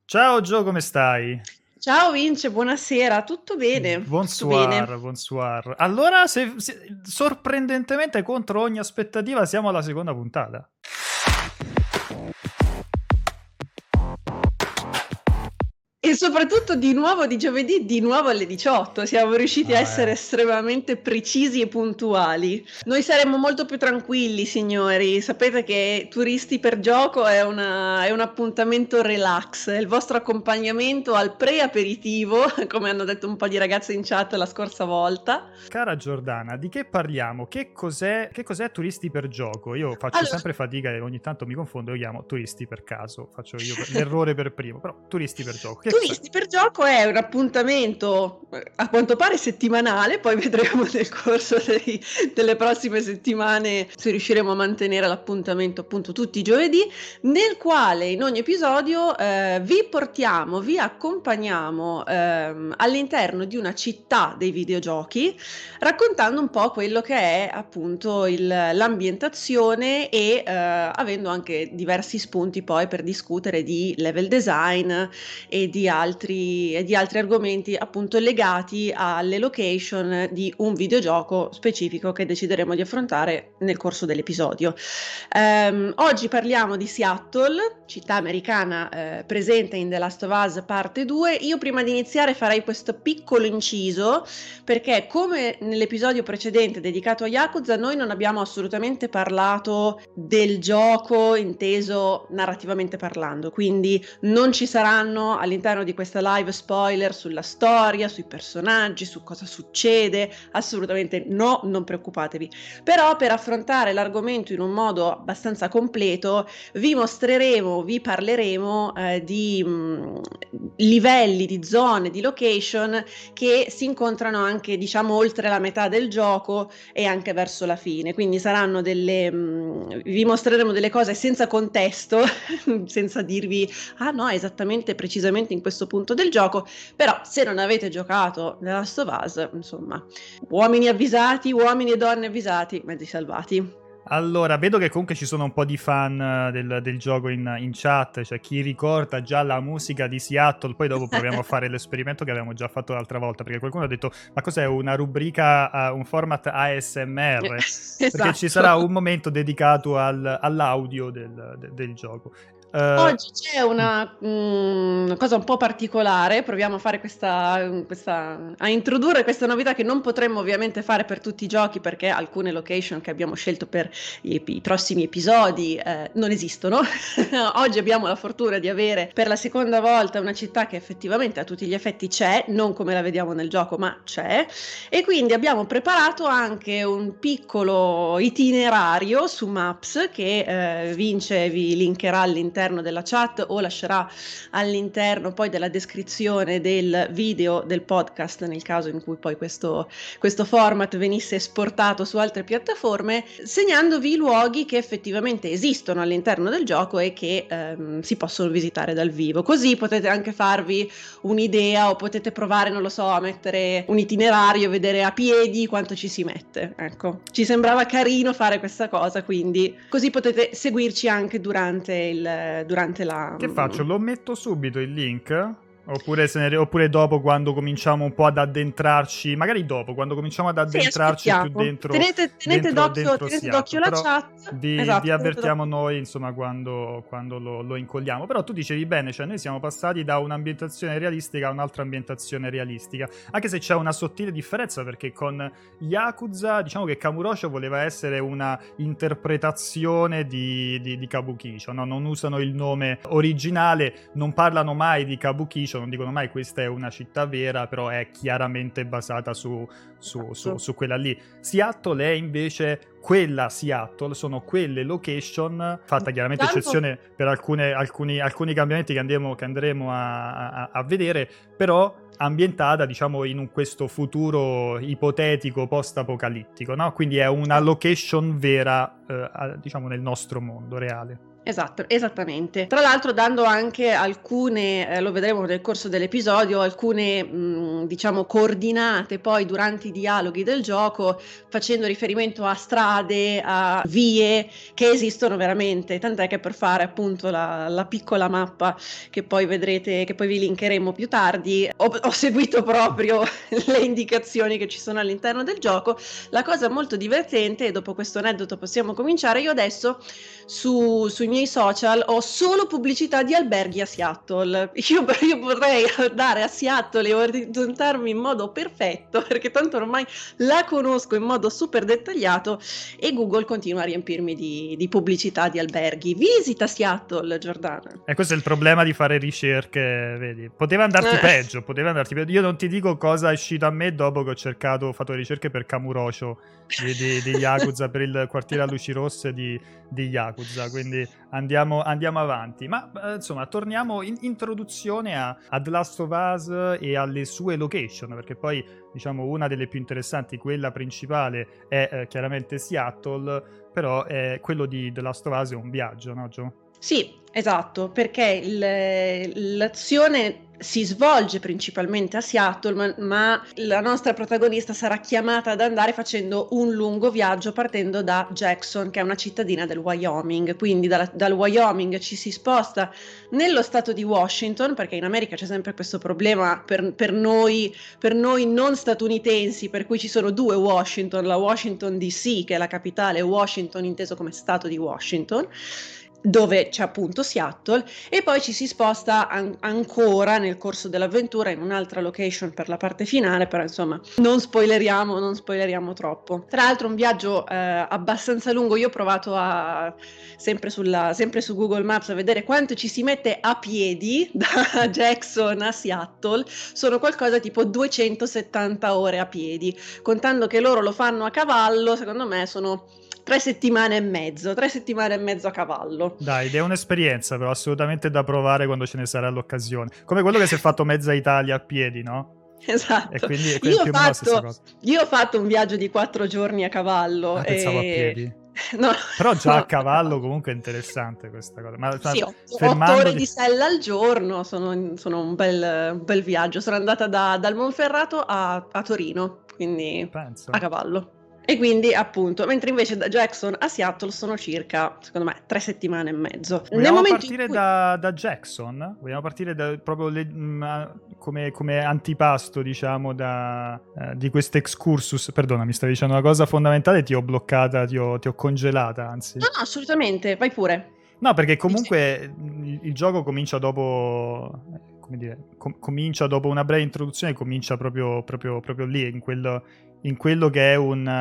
Ciao Gio, come stai? Ciao Vince, buonasera, tutto bene? Tutto bene. Bonsoir, bonsoir. Allora, sorprendentemente contro ogni aspettativa siamo alla seconda puntata. E soprattutto di nuovo di giovedì, di nuovo alle 18. Siamo riusciti a essere Ah, estremamente precisi e puntuali. Noi saremmo molto più tranquilli, signori. Sapete che Turisti per Gioco è un appuntamento relax, è il vostro accompagnamento al pre-aperitivo, come hanno detto un po' di ragazze in chat la scorsa volta. Cara Giordana, di che parliamo? Che cos'è Turisti per Gioco? Io faccio Allora, sempre fatica e ogni tanto mi confondo, io chiamo Turisti per caso, faccio io l'errore per primo, però Turisti per Gioco, che cos'è? Turisti per Gioco è un appuntamento a quanto pare settimanale, poi vedremo nel corso delle prossime settimane se riusciremo a mantenere l'appuntamento appunto tutti i giovedì, nel quale in ogni episodio vi accompagniamo all'interno di una città dei videogiochi, raccontando un po' quello che è appunto l'ambientazione e avendo anche diversi spunti poi per discutere di level design e di altri argomenti appunto legati alle location di un videogioco specifico che decideremo di affrontare nel corso dell'episodio. Oggi parliamo di Seattle, città americana presente in The Last of Us parte 2. Io prima di iniziare farei questo piccolo inciso perché come nell'episodio precedente dedicato a Yakuza noi non abbiamo assolutamente parlato del gioco inteso narrativamente parlando, quindi non ci saranno all'interno di questa live spoiler sulla storia, sui personaggi, su cosa succede, assolutamente no, non preoccupatevi. Però per affrontare l'argomento in un modo abbastanza completo vi parleremo di livelli, di zone, di location che si incontrano anche diciamo oltre la metà del gioco e anche verso la fine, quindi saranno vi mostreremo delle cose senza contesto, senza dirvi ah no, esattamente, precisamente in questo punto del gioco, però se non avete giocato The Last of Us, insomma, uomini avvisati, uomini e donne avvisati, mezzi salvati. Allora, vedo che comunque ci sono un po' di fan del gioco in chat, cioè chi ricorda già la musica di Seattle, poi dopo proviamo a fare l'esperimento che avevamo già fatto l'altra volta, perché qualcuno ha detto, ma cos'è una rubrica, un format ASMR? Perché ci sarà Esatto. un momento dedicato all'audio del gioco. Oggi c'è Mm. una cosa un po' particolare, proviamo a fare a introdurre questa novità che non potremmo ovviamente fare per tutti i giochi perché alcune location che abbiamo scelto per i prossimi episodi non esistono. Oggi abbiamo la fortuna di avere per la seconda volta una città che effettivamente a tutti gli effetti c'è, non come la vediamo nel gioco, ma c'è. E quindi abbiamo preparato anche un piccolo itinerario su Maps che Vince vi linkerà all'interno della chat o lascerà all'interno poi della descrizione del video del podcast nel caso in cui poi questo format venisse esportato su altre piattaforme, segnandovi i luoghi che effettivamente esistono all'interno del gioco e che si possono visitare dal vivo. Così potete anche farvi un'idea o potete provare, non lo so, a mettere un itinerario, vedere a piedi quanto ci si mette. Ecco, ci sembrava carino fare questa cosa, quindi così potete seguirci anche durante la... Che faccio? Lo metto subito il link? Oppure dopo quando cominciamo un po' ad addentrarci, magari dopo, quando cominciamo ad Sì, addentrarci più aspettiamo. dentro Tenete d'occhio Seattle, la però chat. vi Esatto, tenete avvertiamo d'occhio. noi, insomma, quando lo incolliamo. Però tu dicevi bene, cioè noi siamo passati da un'ambientazione realistica a un'altra ambientazione realistica, anche se c'è una sottile differenza, perché con Yakuza, diciamo che Kamurocho voleva essere una interpretazione di Kabukicho, no? Non usano il nome originale, non parlano mai di Kabukicho, non dicono mai questa è una città vera, però è chiaramente basata su quella lì. Seattle è invece quella Seattle, sono quelle location, fatta chiaramente Tanto eccezione per alcuni cambiamenti che andremo a vedere, però ambientata diciamo in questo futuro ipotetico post-apocalittico, no? Quindi è una location vera diciamo nel nostro mondo reale. Esatto, esattamente. Tra l'altro dando anche alcune, lo vedremo nel corso dell'episodio, alcune diciamo coordinate poi durante i dialoghi del gioco, facendo riferimento a strade, a vie che esistono veramente, tant'è che per fare appunto la piccola mappa che poi vedrete, che poi vi linkeremo più tardi, ho seguito proprio le indicazioni che ci sono all'interno del gioco. La cosa molto divertente, e dopo questo aneddoto possiamo cominciare, io adesso sui miei social ho solo pubblicità di alberghi a Seattle. Io vorrei andare a Seattle e orientarmi in modo perfetto, perché tanto ormai la conosco in modo super dettagliato e Google continua a riempirmi di pubblicità di alberghi. Visita Seattle, Giordana. E questo è il problema di fare ricerche, vedi. Poteva andarti peggio, poteva andarti peggio. Io non ti dico cosa è uscito a me dopo che ho fatto ricerche per Kamurocho di Yakuza, per il quartiere a luci rosse di Yakuza, quindi andiamo avanti. Ma insomma, torniamo in introduzione a The Last of Us e alle sue location, perché poi diciamo una delle più interessanti, quella principale, è chiaramente Seattle, però quello di The Last of Us è un viaggio, no Gio? Sì, esatto, perché l'azione si svolge principalmente a Seattle, ma la nostra protagonista sarà chiamata ad andare facendo un lungo viaggio partendo da Jackson, che è una cittadina del Wyoming. Quindi dal Wyoming ci si sposta nello stato di Washington, perché in America c'è sempre questo problema per noi non statunitensi, per cui ci sono due Washington, la Washington DC, che è la capitale, e Washington inteso come stato di Washington, dove c'è appunto Seattle, e poi ci si sposta ancora nel corso dell'avventura in un'altra location per la parte finale, però insomma non spoileriamo troppo. Tra l'altro un viaggio abbastanza lungo. Io ho provato sempre su Google Maps a vedere quanto ci si mette a piedi da Jackson a Seattle. Sono qualcosa tipo 270 ore a piedi, contando che loro lo fanno a cavallo. Secondo me sono 3 settimane e mezzo a cavallo. Dai, ed è un'esperienza però assolutamente da provare quando ce ne sarà l'occasione. Come quello che si è fatto mezza Italia a piedi, no? Esatto. E quindi più o meno la stessa cosa. Io ho fatto un viaggio di 4 giorni a cavallo. Pensavo a piedi. No, però già no. A cavallo comunque è interessante questa cosa. Ma, sì, 8 ore di sella al giorno sono un bel viaggio. Sono andata dal Monferrato a Torino, quindi penso. A cavallo. E quindi appunto, mentre invece da Jackson a Seattle sono circa, secondo me, 3 settimane e mezzo. Vogliamo partire da Jackson? Vogliamo partire proprio come antipasto, diciamo, di questo excursus? Perdona, mi stavi dicendo una cosa fondamentale, ti ho bloccata, ti ho congelata, anzi. No, assolutamente, vai pure. No, perché comunque il gioco comincia dopo... come dire, comincia dopo una breve introduzione, comincia proprio lì, in quello che è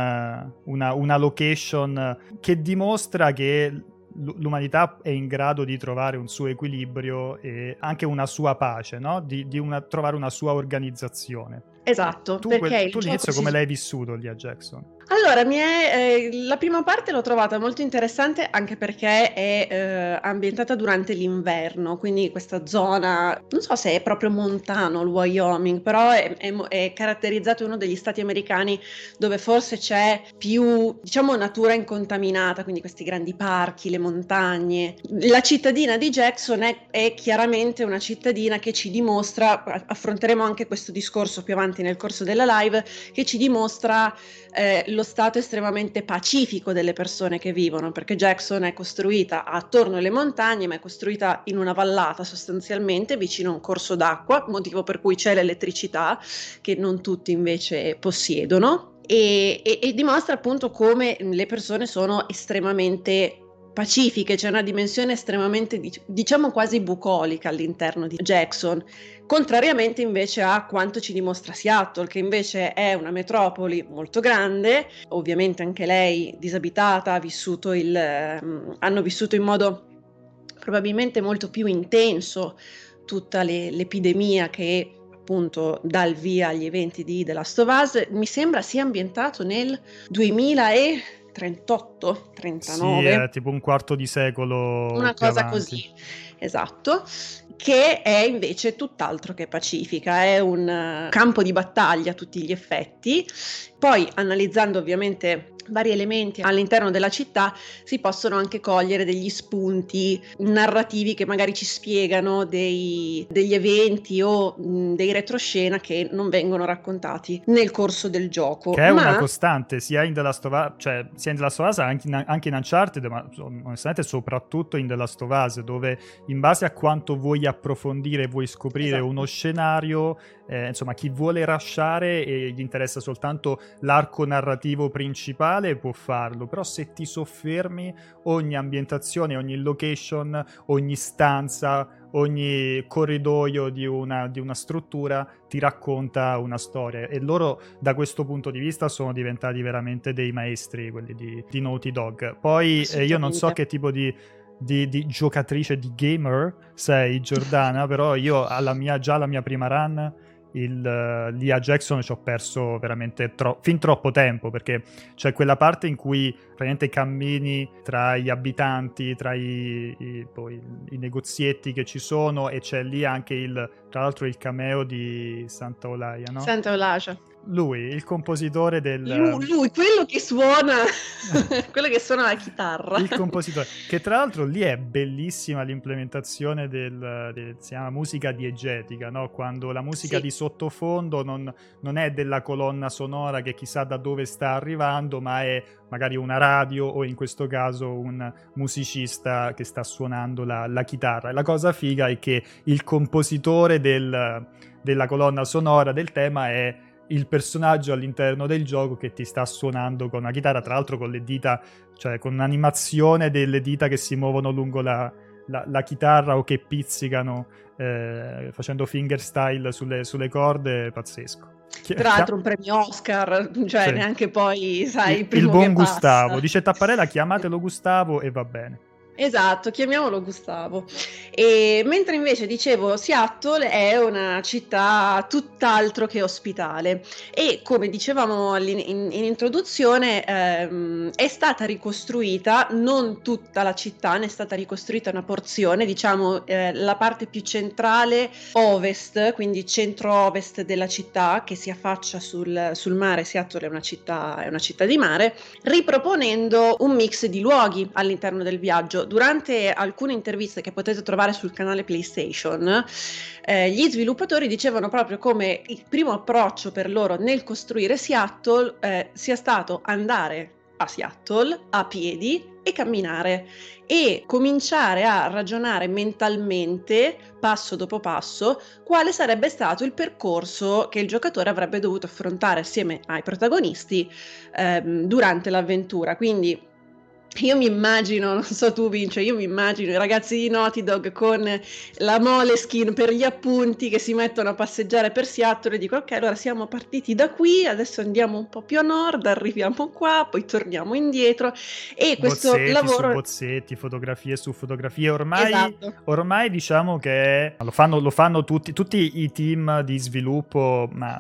una location che dimostra che l'umanità è in grado di trovare un suo equilibrio e anche una sua pace, no? Trovare una sua organizzazione. Esatto, Tu perché l'inizio come l'hai vissuto lì a Jackson? Allora, la prima parte l'ho trovata molto interessante anche perché è ambientata durante l'inverno, quindi questa zona, non so se è proprio montano il Wyoming, però è caratterizzato uno degli stati americani dove forse c'è più, diciamo, natura incontaminata, quindi questi grandi parchi, le montagne. La cittadina di Jackson è chiaramente una cittadina che ci dimostra, affronteremo anche questo discorso più avanti nel corso della live, che ci dimostra lo stato estremamente pacifico delle persone che vivono, perché Jackson è costruita attorno alle montagne, ma è costruita in una vallata sostanzialmente vicino a un corso d'acqua, motivo per cui c'è l'elettricità che non tutti invece possiedono, e dimostra appunto come le persone sono estremamente pacifiche. C'è una dimensione estremamente, diciamo, quasi bucolica all'interno di Jackson, contrariamente invece a quanto ci dimostra Seattle, che invece è una metropoli molto grande, ovviamente anche lei disabitata, hanno vissuto in modo probabilmente molto più intenso tutta l'epidemia che appunto dà il via agli eventi di The Last of Us. Mi sembra sia ambientato nel 2038, 39. Sì, è tipo un quarto di secolo. Una cosa così, esatto, che è invece tutt'altro che pacifica, è un campo di battaglia a tutti gli effetti. Poi, analizzando ovviamente vari elementi all'interno della città, si possono anche cogliere degli spunti narrativi che magari ci spiegano degli eventi o dei retroscena che non vengono raccontati nel corso del gioco. Che è una costante sia in The Last of Us, cioè sia in The Last of Us anche in Uncharted, ma onestamente soprattutto in The Last of Us, dove in base a quanto vuoi approfondire, vuoi scoprire uno scenario, insomma, chi vuole rushare e gli interessa soltanto l'arco narrativo principale può farlo, però se ti soffermi, ogni ambientazione, ogni location, ogni stanza, ogni corridoio di una struttura ti racconta una storia, e loro da questo punto di vista sono diventati veramente dei maestri, quelli di Naughty Dog. Poi io non so che tipo di giocatrice, di gamer sei, Giordana, però io alla mia prima run l'Ia Jackson ci ho perso veramente fin troppo tempo, perché c'è quella parte in cui praticamente cammini tra gli abitanti, tra i negozietti che ci sono, e c'è lì anche tra l'altro il cameo di Santa Olaya, no? Santa Olaya. Lui, il compositore lui, quello che suona quello che suona la chitarra. Il compositore, che tra l'altro lì è bellissima l'implementazione si chiama musica diegetica, no? Quando la musica di sottofondo non è della colonna sonora che chissà da dove sta arrivando, ma è magari una radio o in questo caso un musicista che sta suonando la chitarra. E la cosa figa è che il compositore della colonna sonora del tema è il personaggio all'interno del gioco che ti sta suonando con una chitarra, tra l'altro con le dita, cioè con un'animazione delle dita che si muovono lungo la chitarra o che pizzicano, facendo fingerstyle sulle corde, pazzesco. Tra l'altro un premio Oscar, cioè neanche poi, sai, il buon Gustavo. Dice Tapparella, chiamatelo Gustavo e va bene. Esatto, chiamiamolo Gustavo. E mentre invece dicevo, Seattle è una città tutt'altro che ospitale, e come dicevamo in introduzione è stata ricostruita non tutta la città, ne è stata ricostruita una porzione, diciamo la parte più centrale ovest, quindi centro-ovest della città, che si affaccia sul mare. Seattle è una città di mare, riproponendo un mix di luoghi all'interno del viaggio. Durante alcune interviste che potete trovare sul canale PlayStation, gli sviluppatori dicevano proprio come il primo approccio per loro nel costruire Seattle sia stato andare a Seattle a piedi e camminare e cominciare a ragionare mentalmente, passo dopo passo, quale sarebbe stato il percorso che il giocatore avrebbe dovuto affrontare assieme ai protagonisti durante l'avventura. Quindi io mi immagino, non so tu Vince, io mi immagino i ragazzi di Naughty Dog con la Moleskine per gli appunti che si mettono a passeggiare per Seattle e dico ok, allora siamo partiti da qui, adesso andiamo un po' più a nord, arriviamo qua, poi torniamo indietro, e questo bozzetti lavoro... su bozzetti, fotografie su fotografie, ormai diciamo che lo fanno tutti i team di sviluppo, ma...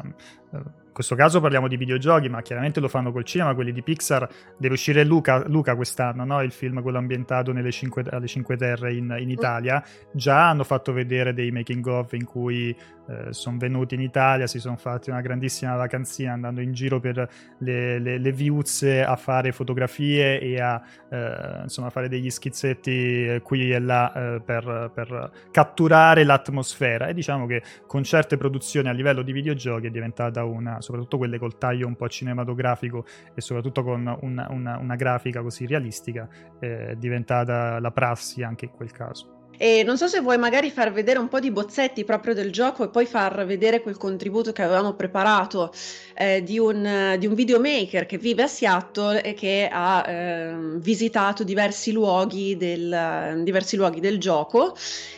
In questo caso parliamo di videogiochi, ma chiaramente lo fanno col cinema. Quelli di Pixar, deve uscire Luca quest'anno, no? Il film quello ambientato alle Cinque Terre in Italia. Già hanno fatto vedere dei making of in cui sono venuti in Italia, si sono fatti una grandissima vacanzina andando in giro per le viuzze a fare fotografie e a insomma fare degli schizzetti qui e là per catturare l'atmosfera. E diciamo che con certe produzioni a livello di videogiochi è diventata soprattutto quelle col taglio un po' cinematografico e soprattutto con una grafica così realistica, è diventata la prassi anche in quel caso. E non so se vuoi magari far vedere un po' di bozzetti proprio del gioco e poi far vedere quel contributo che avevamo preparato di un videomaker che vive a Seattle e che ha visitato diversi luoghi del gioco.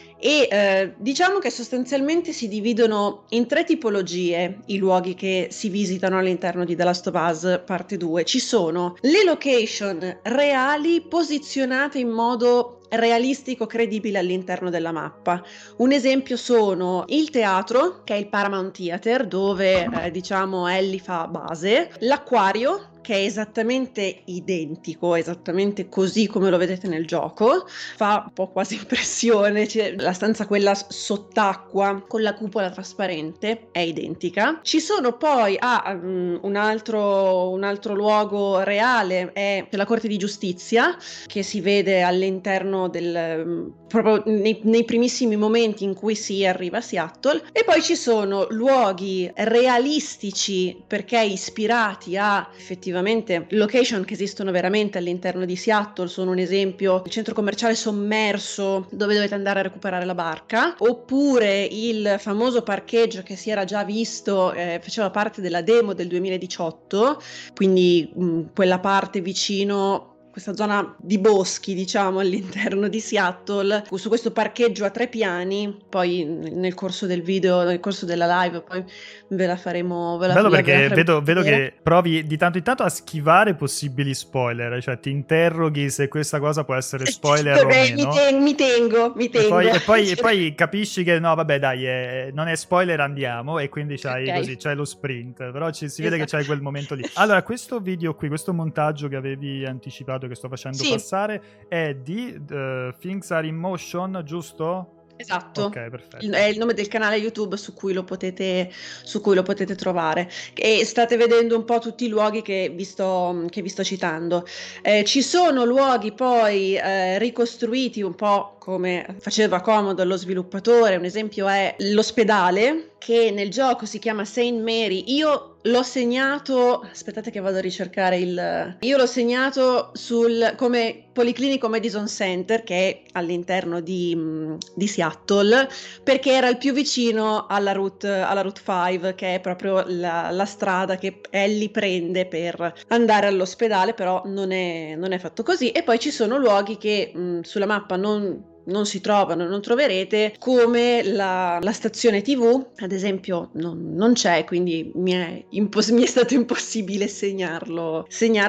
E diciamo che sostanzialmente si dividono in 3 tipologie i luoghi che si visitano all'interno di The Last of Us parte 2. Ci sono le location reali posizionate in modo realistico, credibile all'interno della mappa. Un esempio sono il teatro, che è il Paramount Theater, dove diciamo Ellie fa base, l'acquario, che è esattamente identico, esattamente così come lo vedete nel gioco, fa un po' quasi impressione, cioè, la stanza quella sott'acqua con la cupola trasparente è identica. Ci sono poi un altro luogo reale, è la Corte di Giustizia, che si vede all'interno proprio nei primissimi momenti in cui si arriva a Seattle. E poi ci sono luoghi realistici perché ispirati a effettivamente location che esistono veramente all'interno di Seattle. Sono un esempio il centro commerciale sommerso dove dovete andare a recuperare la barca, oppure il famoso parcheggio che si era già visto, faceva parte della demo del 2018, quindi quella parte vicino, questa zona di boschi, diciamo, all'interno di Seattle, su questo parcheggio a 3 piani. Poi nel corso del video, nel corso della live, poi ve la faremo. Bello perché vedo che provi di tanto in tanto a schivare possibili spoiler, cioè ti interroghi se questa cosa può essere spoiler o meno. Mi tengo. E poi capisci che no, vabbè, dai, non è spoiler, andiamo, e quindi c'hai lo sprint, però si vede che c'hai quel momento lì. Allora, questo video qui, questo montaggio che avevi anticipato, che sto facendo passare, è di Things Are in Motion, giusto? Esatto, ok, perfetto. è il nome del canale YouTube su cui lo potete trovare, e state vedendo un po' tutti i luoghi che vi sto citando. Ci sono luoghi poi ricostruiti un po' come faceva comodo allo sviluppatore. Un esempio è l'ospedale, che nel gioco si chiama Saint Mary. Io l'ho segnato, aspettate che vado a ricercare io l'ho segnato come Policlinico Madison Center, che è all'interno di Seattle, perché era il più vicino alla Route 5, che è proprio la strada che Ellie prende per andare all'ospedale, però non è fatto così. E poi ci sono luoghi che sulla mappa non si trovano, non troverete, come la stazione TV, ad esempio, non c'è, quindi mi è stato impossibile segnarlo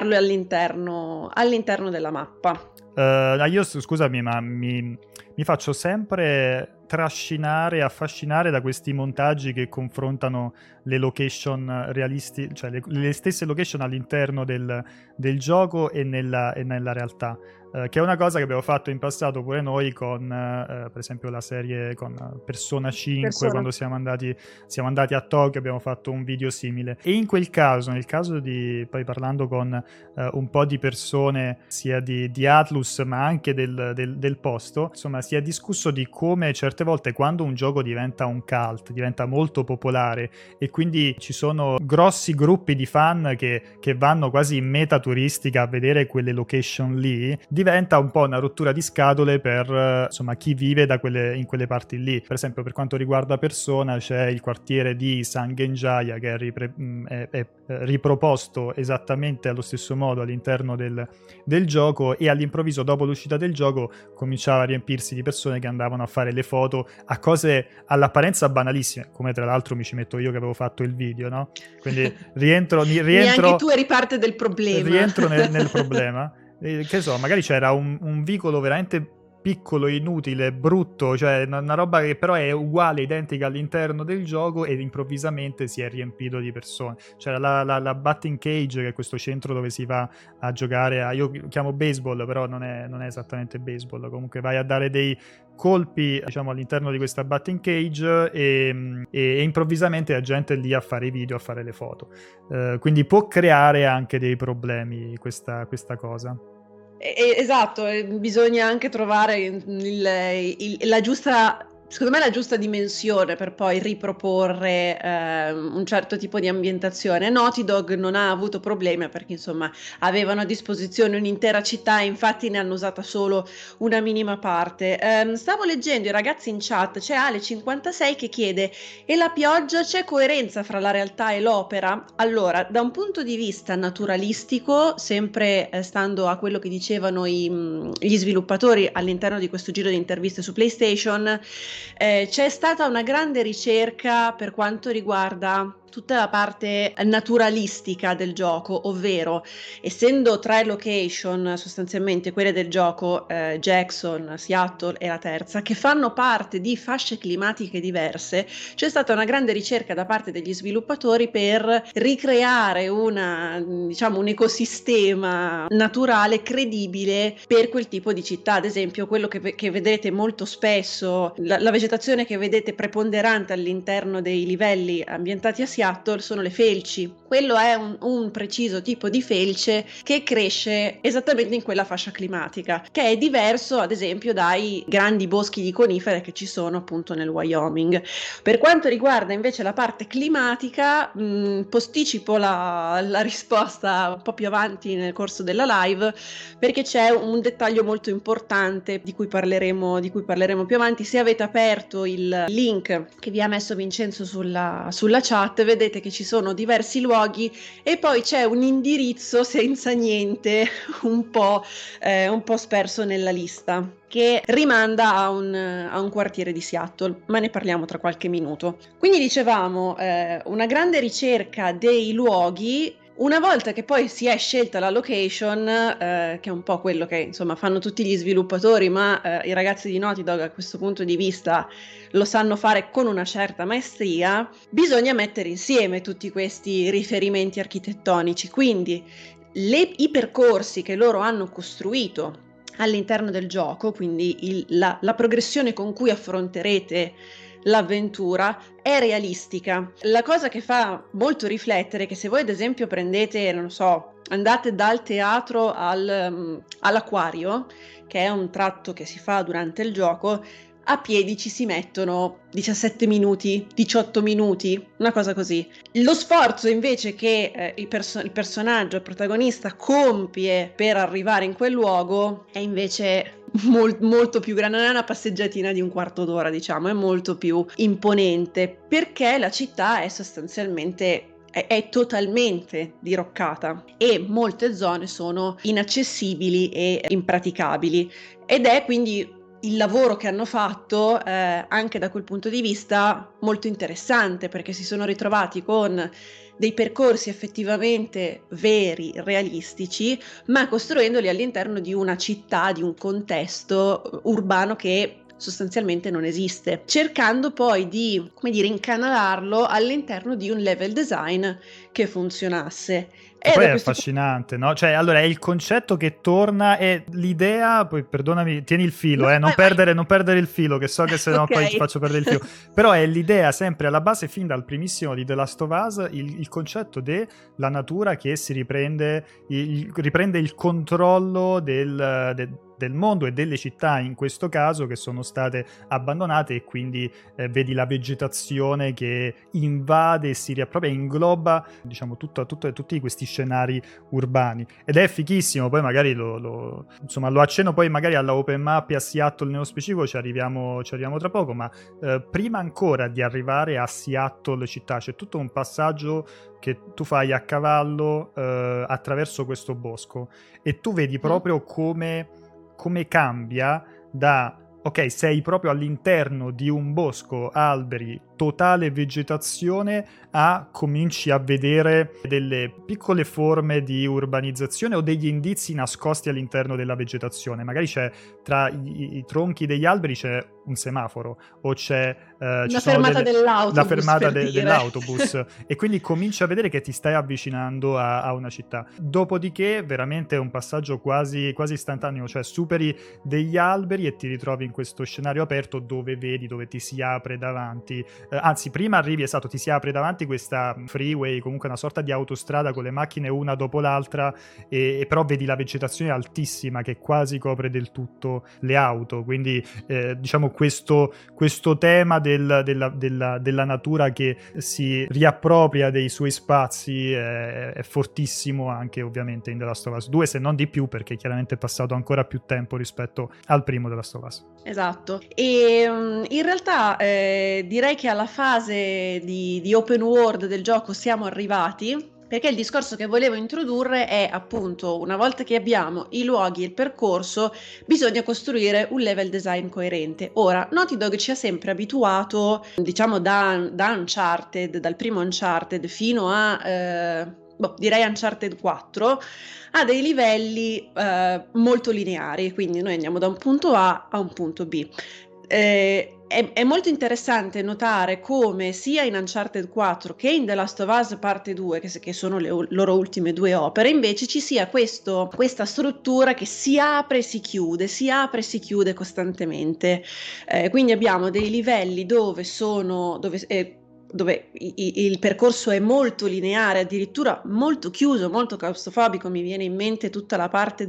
all'interno della mappa. Io scusami, ma mi faccio sempre trascinare, affascinare da questi montaggi che confrontano le location realistiche, cioè le stesse location all'interno del gioco e nella realtà. Che è una cosa che abbiamo fatto in passato pure noi con per esempio la serie con Persona 5. Quando siamo andati a Tokyo, abbiamo fatto un video simile, e in quel caso, nel caso di, poi parlando con un po' di persone sia di Atlus ma anche del posto, insomma, si è discusso di come certe volte, quando un gioco diventa un cult, diventa molto popolare e quindi ci sono grossi gruppi di fan che vanno quasi in meta turistica a vedere quelle location lì, diventa un po' una rottura di scatole per insomma chi vive in quelle parti lì. Per esempio, per quanto riguarda Persona, c'è il quartiere di Sangenjaya che è riproposto esattamente allo stesso modo all'interno del gioco, e all'improvviso, dopo l'uscita del gioco, cominciava a riempirsi di persone che andavano a fare le foto a cose all'apparenza banalissime, come tra l'altro mi ci metto io che avevo fatto il video, no? Quindi rientro neanche tu eri parte del problema. Rientro nel problema. Che so, magari c'era un vicolo veramente piccolo, inutile, brutto, cioè una roba che però è uguale, identica all'interno del gioco, ed improvvisamente si è riempito di persone. C'era la batting cage, che è questo centro dove si va a giocare io chiamo baseball, però non è esattamente baseball. Comunque vai a dare dei colpi, diciamo, all'interno di questa batting cage e improvvisamente la gente è lì a fare i video, a fare le foto. Quindi può creare anche dei problemi questa cosa. Esatto, bisogna anche trovare la giusta, secondo me, la giusta dimensione per poi riproporre un certo tipo di ambientazione. Naughty Dog non ha avuto problemi perché insomma avevano a disposizione un'intera città e infatti ne hanno usata solo una minima parte. Stavo leggendo i ragazzi in chat, c'è Ale56 che chiede: e la pioggia, c'è coerenza fra la realtà e l'opera? Allora, da un punto di vista naturalistico, sempre stando a quello che dicevano gli sviluppatori all'interno di questo giro di interviste su PlayStation, c'è stata una grande ricerca per quanto riguarda tutta la parte naturalistica del gioco, ovvero essendo 3 location sostanzialmente quelle del gioco, Jackson, Seattle e la terza, che fanno parte di fasce climatiche diverse, c'è stata una grande ricerca da parte degli sviluppatori per ricreare diciamo, un ecosistema naturale credibile per quel tipo di città. Ad esempio, quello che vedete molto spesso, la vegetazione che vedete preponderante all'interno dei livelli ambientati a Seattle sono le felci. Quello è un preciso tipo di felce che cresce esattamente in quella fascia climatica, che è diverso ad esempio dai grandi boschi di conifere che ci sono appunto nel Wyoming. Per quanto riguarda invece la parte climatica, posticipo la risposta un po' più avanti nel corso della live, perché c'è un dettaglio molto importante di cui parleremo più avanti. Se avete aperto il link che vi ha messo Vincenzo sulla chat, vedete che ci sono diversi luoghi e poi c'è un indirizzo senza niente un po' sperso nella lista, che rimanda a un quartiere di Seattle, ma ne parliamo tra qualche minuto. Quindi dicevamo, una grande ricerca dei luoghi. Una volta che poi si è scelta la location, che è un po' quello che insomma fanno tutti gli sviluppatori, ma i ragazzi di Naughty Dog a questo punto di vista lo sanno fare con una certa maestria, bisogna mettere insieme tutti questi riferimenti architettonici. Quindi i percorsi che loro hanno costruito all'interno del gioco, quindi la progressione con cui affronterete l'avventura è realistica. La cosa che fa molto riflettere è che se voi ad esempio prendete, non so, andate dal teatro all'acquario, che è un tratto che si fa durante il gioco, a piedi ci si mettono 17 minuti, 18 minuti, una cosa così. Lo sforzo invece che il personaggio, il protagonista compie per arrivare in quel luogo è invece molto più grande, non è una passeggiatina di un quarto d'ora, diciamo, è molto più imponente, perché la città è sostanzialmente è totalmente diroccata e molte zone sono inaccessibili e impraticabili, ed è quindi il lavoro che hanno fatto anche da quel punto di vista molto interessante, perché si sono ritrovati con dei percorsi effettivamente veri, realistici, ma costruendoli all'interno di una città, di un contesto urbano che sostanzialmente non esiste, cercando poi di, come dire, incanalarlo all'interno di un level design che funzionasse. Che poi è affascinante, no? Cioè, allora è il concetto che torna, è l'idea, poi perdonami, tieni il filo, no, non perdere il filo, che so che se no okay. Poi ti faccio perdere il filo. Però è l'idea sempre alla base, fin dal primissimo di The Last of Us, il concetto della natura che si riprende il controllo del mondo e delle città, in questo caso, che sono state abbandonate, e quindi vedi la vegetazione che invade e si riappropria e ingloba, diciamo, tutti questi scenari urbani, ed è fighissimo. Poi magari lo accenno poi magari alla open map e a Seattle nello specifico, ci arriviamo tra poco, ma prima ancora di arrivare a Seattle città c'è tutto un passaggio che tu fai a cavallo attraverso questo bosco, e tu vedi proprio come cambia da, ok, sei proprio all'interno di un bosco, alberi, totale vegetazione, a cominci a vedere delle piccole forme di urbanizzazione o degli indizi nascosti all'interno della vegetazione. Magari c'è tra i tronchi degli alberi c'è un semaforo, o c'è la fermata dell'autobus, la fermata dell'autobus e quindi cominci a vedere che ti stai avvicinando a una città. Dopodiché veramente è un passaggio quasi istantaneo, cioè superi degli alberi e ti ritrovi in questo scenario aperto dove ti si apre davanti, anzi prima arrivi, esatto, ti si apre davanti questa freeway, comunque una sorta di autostrada con le macchine una dopo l'altra, e però vedi la vegetazione altissima che quasi copre del tutto le auto, quindi diciamo questo tema della natura che si riappropria dei suoi spazi è fortissimo anche ovviamente in The Last of Us 2, se non di più, perché chiaramente è passato ancora più tempo rispetto al primo The Last of Us. Esatto, e in realtà direi che alla fase di open world del gioco siamo arrivati, Perché il discorso che volevo introdurre è appunto, una volta che abbiamo i luoghi e il percorso, bisogna costruire un level design coerente. Ora, Naughty Dog ci ha sempre abituato, diciamo da Uncharted, dal primo Uncharted fino a, direi Uncharted 4, ha dei livelli molto lineari, quindi noi andiamo da un punto A a un punto B. È molto interessante notare come sia in Uncharted 4 che in The Last of Us Parte 2, che sono le loro ultime due opere, invece ci sia questa struttura che si apre e si chiude costantemente. Quindi abbiamo dei livelli dove il percorso è molto lineare, addirittura molto chiuso, molto claustrofobico. Mi viene in mente tutta la parte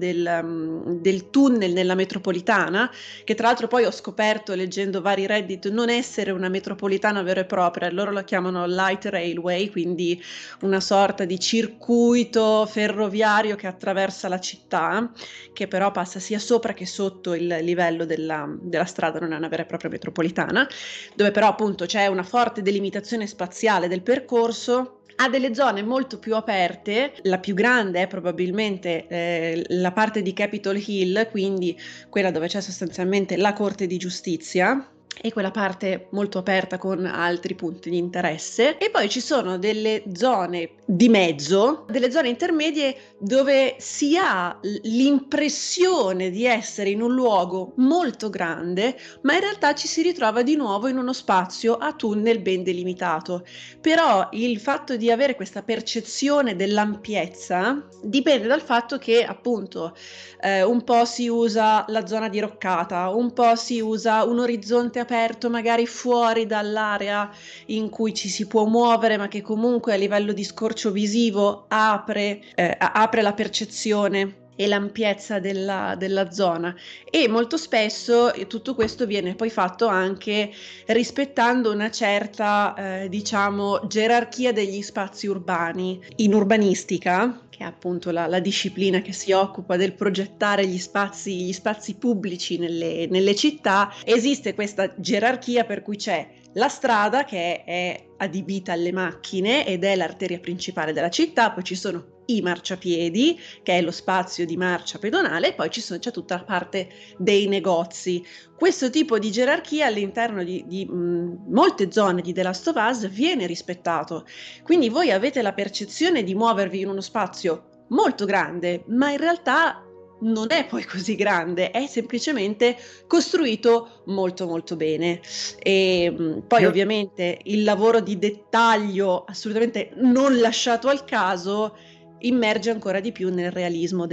del tunnel nella metropolitana, che tra l'altro poi ho scoperto leggendo vari Reddit non essere una metropolitana vera e propria, loro la chiamano light railway, quindi una sorta di circuito ferroviario che attraversa la città, che però passa sia sopra che sotto il livello della strada, non è una vera e propria metropolitana, dove però appunto c'è una forte delimitazione spaziale del percorso. Ha delle zone molto più aperte, la più grande è probabilmente la parte di Capitol Hill, quindi quella dove c'è sostanzialmente la Corte di Giustizia, e quella parte molto aperta con altri punti di interesse. E poi ci sono delle zone di mezzo, delle zone intermedie dove si ha l'impressione di essere in un luogo molto grande, ma in realtà ci si ritrova di nuovo in uno spazio a tunnel ben delimitato. Però il fatto di avere questa percezione dell'ampiezza dipende dal fatto che appunto un po' si usa la zona diroccata, un po' si usa un orizzonte aperto magari fuori dall'area in cui ci si può muovere, ma che comunque a livello di scorcio visivo apre la percezione e l'ampiezza della zona. E molto spesso tutto questo viene poi fatto anche rispettando una certa diciamo gerarchia degli spazi urbani. In urbanistica, che è appunto la disciplina che si occupa del progettare gli spazi pubblici nelle città, esiste questa gerarchia per cui c'è la strada che è adibita alle macchine ed è l'arteria principale della città, poi ci sono i marciapiedi, che è lo spazio di marcia pedonale, e poi c'è tutta la parte dei negozi. Questo tipo di gerarchia all'interno di molte zone di The Last of Us viene rispettato. Quindi voi avete la percezione di muovervi in uno spazio molto grande, ma in realtà non è poi così grande, è semplicemente costruito molto molto bene. E poi ovviamente il lavoro di dettaglio assolutamente non lasciato al caso immerge ancora di più nel realismo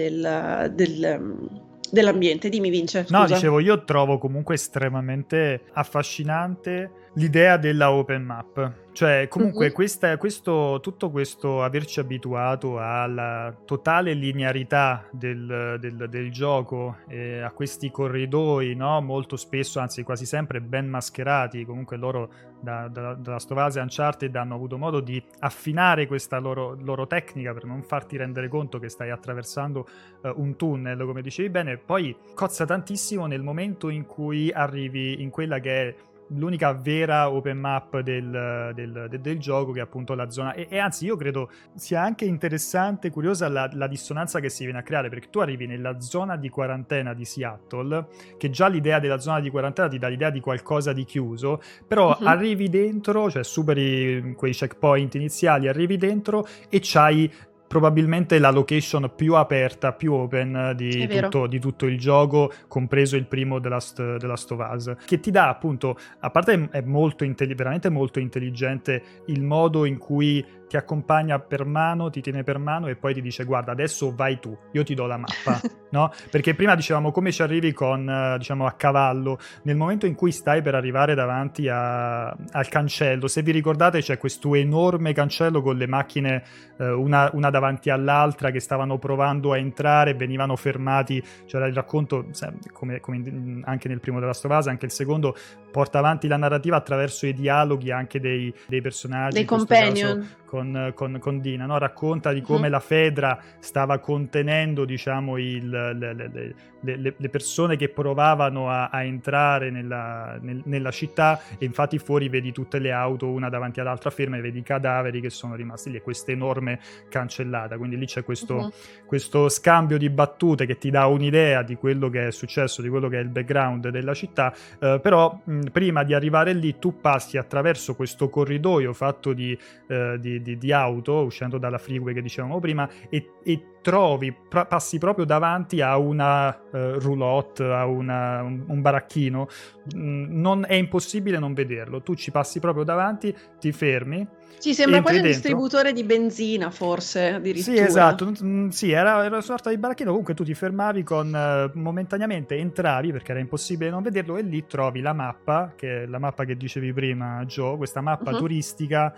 dell'ambiente. Dimmi Vince, scusa. No, dicevo, io trovo comunque estremamente affascinante l'idea della open map. Cioè, comunque, tutto questo averci abituato alla totale linearità del gioco, a questi corridoi, no? Molto spesso, anzi quasi sempre ben mascherati. Comunque loro da Last of Us e Uncharted hanno avuto modo di affinare questa loro tecnica per non farti rendere conto che stai attraversando un tunnel, come dicevi bene. Poi cozza tantissimo nel momento in cui arrivi in quella che è l'unica vera open map del gioco, che è appunto la zona, e anzi io credo sia anche interessante, curiosa la dissonanza che si viene a creare, perché tu arrivi nella zona di quarantena di Seattle, che già l'idea della zona di quarantena ti dà l'idea di qualcosa di chiuso, però arrivi dentro, cioè superi quei checkpoint iniziali, arrivi dentro e c'hai probabilmente la location più aperta, più open di tutto il gioco, compreso il primo The Last of Us, che ti dà appunto, a parte è molto veramente molto intelligente il modo in cui ti accompagna per mano, ti tiene per mano e poi ti dice guarda adesso vai tu, io ti do la mappa, no? Perché prima dicevamo come ci arrivi con, diciamo, a cavallo. Nel momento in cui stai per arrivare davanti al cancello, se vi ricordate c'è questo enorme cancello con le macchine una davanti all'altra che stavano provando a entrare, venivano fermati, c'era il racconto come anche nel primo della Last of Us, anche il secondo porta avanti la narrativa attraverso i dialoghi anche dei personaggi, dei companion, caso, con Dina, no? Racconta di come la Fedra stava contenendo, diciamo, le persone che provavano a entrare nella città, e infatti fuori vedi tutte le auto una davanti all'altra ferme e vedi i cadaveri che sono rimasti lì, e questa enorme cancellata. Quindi lì c'è questo scambio di battute che ti dà un'idea di quello che è successo, di quello che è il background della città, però prima di arrivare lì tu passi attraverso questo corridoio fatto di auto, uscendo dalla freeway che dicevamo prima, e passi proprio davanti a una roulotte, a un baracchino. È impossibile non vederlo, tu ci passi proprio davanti, ti fermi. Sì, sembra quasi un distributore di benzina, forse, addirittura. Sì, esatto. Sì, era una sorta di baracchino. Comunque tu ti fermavi momentaneamente entravi, perché era impossibile non vederlo, e lì trovi la mappa, che è la mappa che dicevi prima, Gio, questa mappa turistica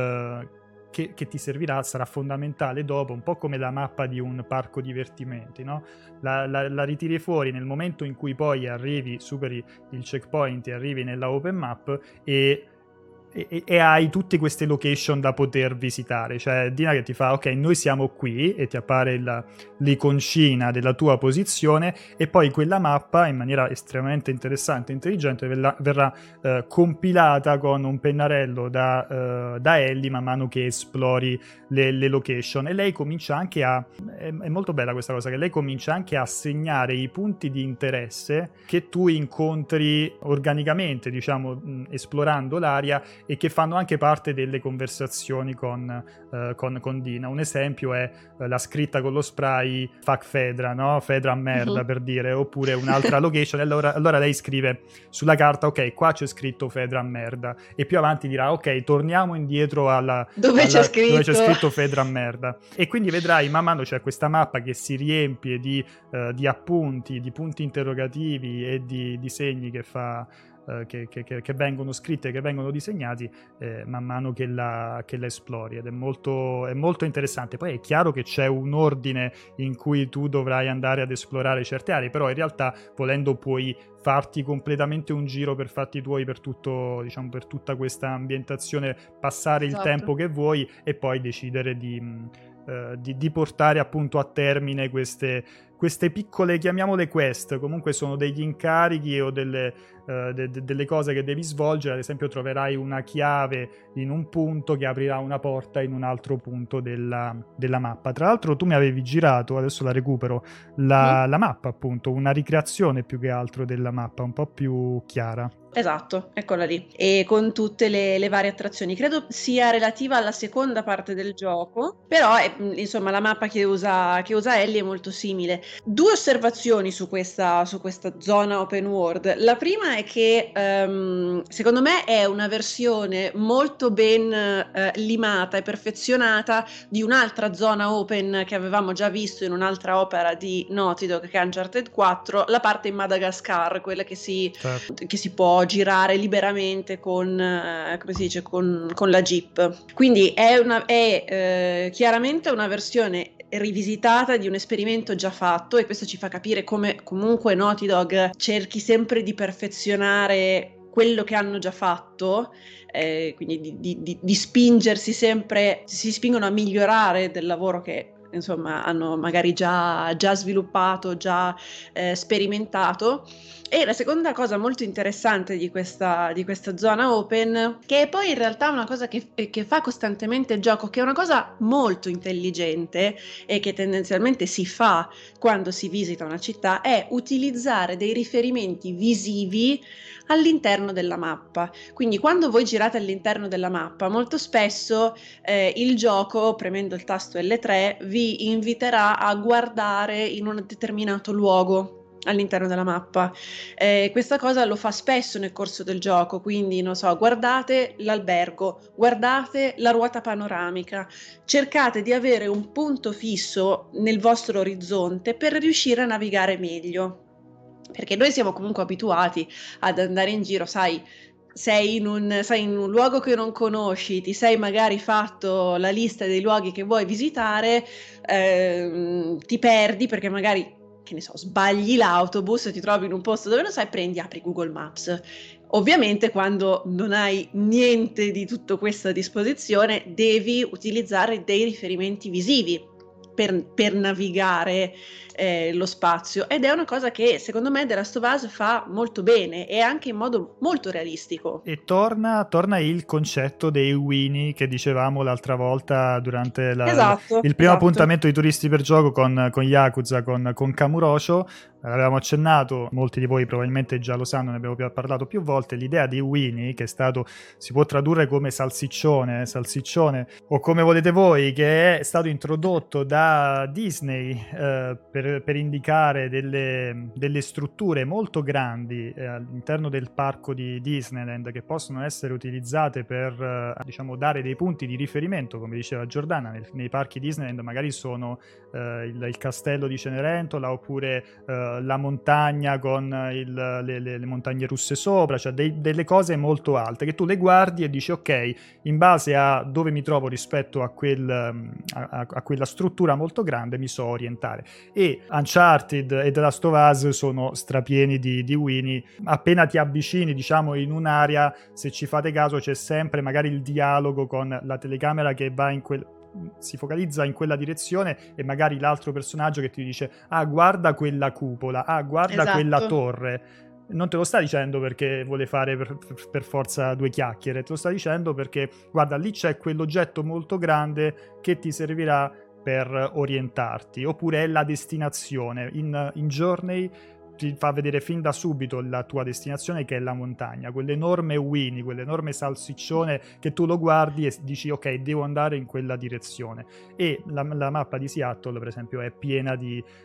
che ti servirà, sarà fondamentale dopo, un po' come la mappa di un parco divertimenti, no? La ritiri fuori nel momento in cui poi arrivi, superi il checkpoint e arrivi nella open map, e hai tutte queste location da poter visitare. Cioè Dina che ti fa ok, noi siamo qui, e ti appare l'iconcina della tua posizione, e poi quella mappa in maniera estremamente interessante e intelligente verrà compilata con un pennarello da Ellie man mano che esplori le location. E lei comincia anche è molto bella questa cosa, che lei comincia anche a segnare i punti di interesse che tu incontri organicamente, diciamo, esplorando l'area, e che fanno anche parte delle conversazioni con Dina. Un esempio è la scritta con lo spray fuck Fedra, no? Fedra merda, per dire, oppure un'altra location. Allora lei scrive sulla carta ok, qua c'è scritto Fedra merda, e più avanti dirà ok, torniamo indietro dove c'è scritto Fedra merda, e quindi vedrai man mano c'è questa mappa che si riempie di appunti, di punti interrogativi e di segni che fa che vengono scritti e che vengono disegnati man mano che la esplori, ed è molto interessante. Poi è chiaro che c'è un ordine in cui tu dovrai andare ad esplorare certe aree, però in realtà volendo puoi farti completamente un giro per fatti tuoi per tutto, diciamo, per tutta questa ambientazione, passare il tempo che vuoi, e poi decidere di portare appunto a termine queste piccole, chiamiamole quest, comunque sono degli incarichi o delle cose che devi svolgere. Ad esempio troverai una chiave in un punto che aprirà una porta in un altro punto della mappa. Tra l'altro tu mi avevi girato, adesso la recupero, la mappa, appunto, una ricreazione più che altro della mappa, un po' più chiara. Esatto, eccola lì. E con tutte le varie attrazioni. Credo sia relativa alla seconda parte del gioco, però insomma la mappa che usa Ellie è molto simile. Due osservazioni su questa zona open world. La prima è che secondo me è una versione molto ben limata e perfezionata di un'altra zona open che avevamo già visto in un'altra opera di Naughty Dog, che è Uncharted 4, la parte in Madagascar, quella che si può girare liberamente con come si dice, con la Jeep. Quindi è chiaramente una versione rivisitata di un esperimento già fatto, e questo ci fa capire come comunque Naughty Dog cerchi sempre di perfezionare quello che hanno già fatto, quindi di spingersi sempre, si spingono a migliorare del lavoro che insomma hanno magari già sviluppato, già sperimentato. E la seconda cosa molto interessante di questa zona open, che è poi in realtà una cosa che fa costantemente il gioco, che è una cosa molto intelligente e che tendenzialmente si fa quando si visita una città, è utilizzare dei riferimenti visivi all'interno della mappa. Quindi quando voi girate all'interno della mappa, molto spesso il gioco, premendo il tasto L3, vi inviterà a guardare in un determinato luogo all'interno della mappa. Questa cosa lo fa spesso nel corso del gioco, quindi non so, guardate l'albergo, guardate la ruota panoramica, cercate di avere un punto fisso nel vostro orizzonte per riuscire a navigare meglio, perché noi siamo comunque abituati ad andare in giro, sai in un luogo che non conosci, ti sei magari fatto la lista dei luoghi che vuoi visitare, ti perdi perché magari, che ne so, sbagli l'autobus, ti trovi in un posto dove non sai, apri Google Maps, Ovviamente quando non hai niente di tutto questo a disposizione devi utilizzare dei riferimenti visivi per navigare lo spazio, ed è una cosa che secondo me The Last of Us fa molto bene e anche in modo molto realistico. E torna il concetto dei Winnie che dicevamo l'altra volta durante Esatto, il primo appuntamento di Turisti per Gioco con Yakuza, con Kamurocho. Avevamo accennato, molti di voi probabilmente già lo sanno, ne abbiamo parlato più volte, l'idea di Winnie, che è stato, si può tradurre come salsiccione, o come volete voi, che è stato introdotto da Disney per indicare delle strutture molto grandi all'interno del parco di Disneyland, che possono essere utilizzate per diciamo dare dei punti di riferimento, come diceva Giordana. Nei parchi Disneyland magari sono il castello di Cenerentola, oppure la montagna con le montagne russe sopra, cioè delle cose molto alte che tu le guardi e dici ok, in base a dove mi trovo rispetto a quella struttura molto grande mi so orientare. E Uncharted e The Last of Us sono strapieni di Winnie. Appena ti avvicini diciamo in un'area, se ci fate caso c'è sempre magari il dialogo con la telecamera che va si focalizza in quella direzione, e magari l'altro personaggio che ti dice ah guarda quella cupola, ah guarda quella torre. Non te lo sta dicendo perché vuole fare per forza due chiacchiere, te lo sta dicendo perché guarda lì c'è quell'oggetto molto grande che ti servirà per orientarti, oppure è la destinazione. In Journey ti fa vedere fin da subito la tua destinazione, che è la montagna, quell'enorme Winnie, quell'enorme salsiccione che tu lo guardi e dici ok, devo andare in quella direzione. E la mappa di Seattle per esempio è piena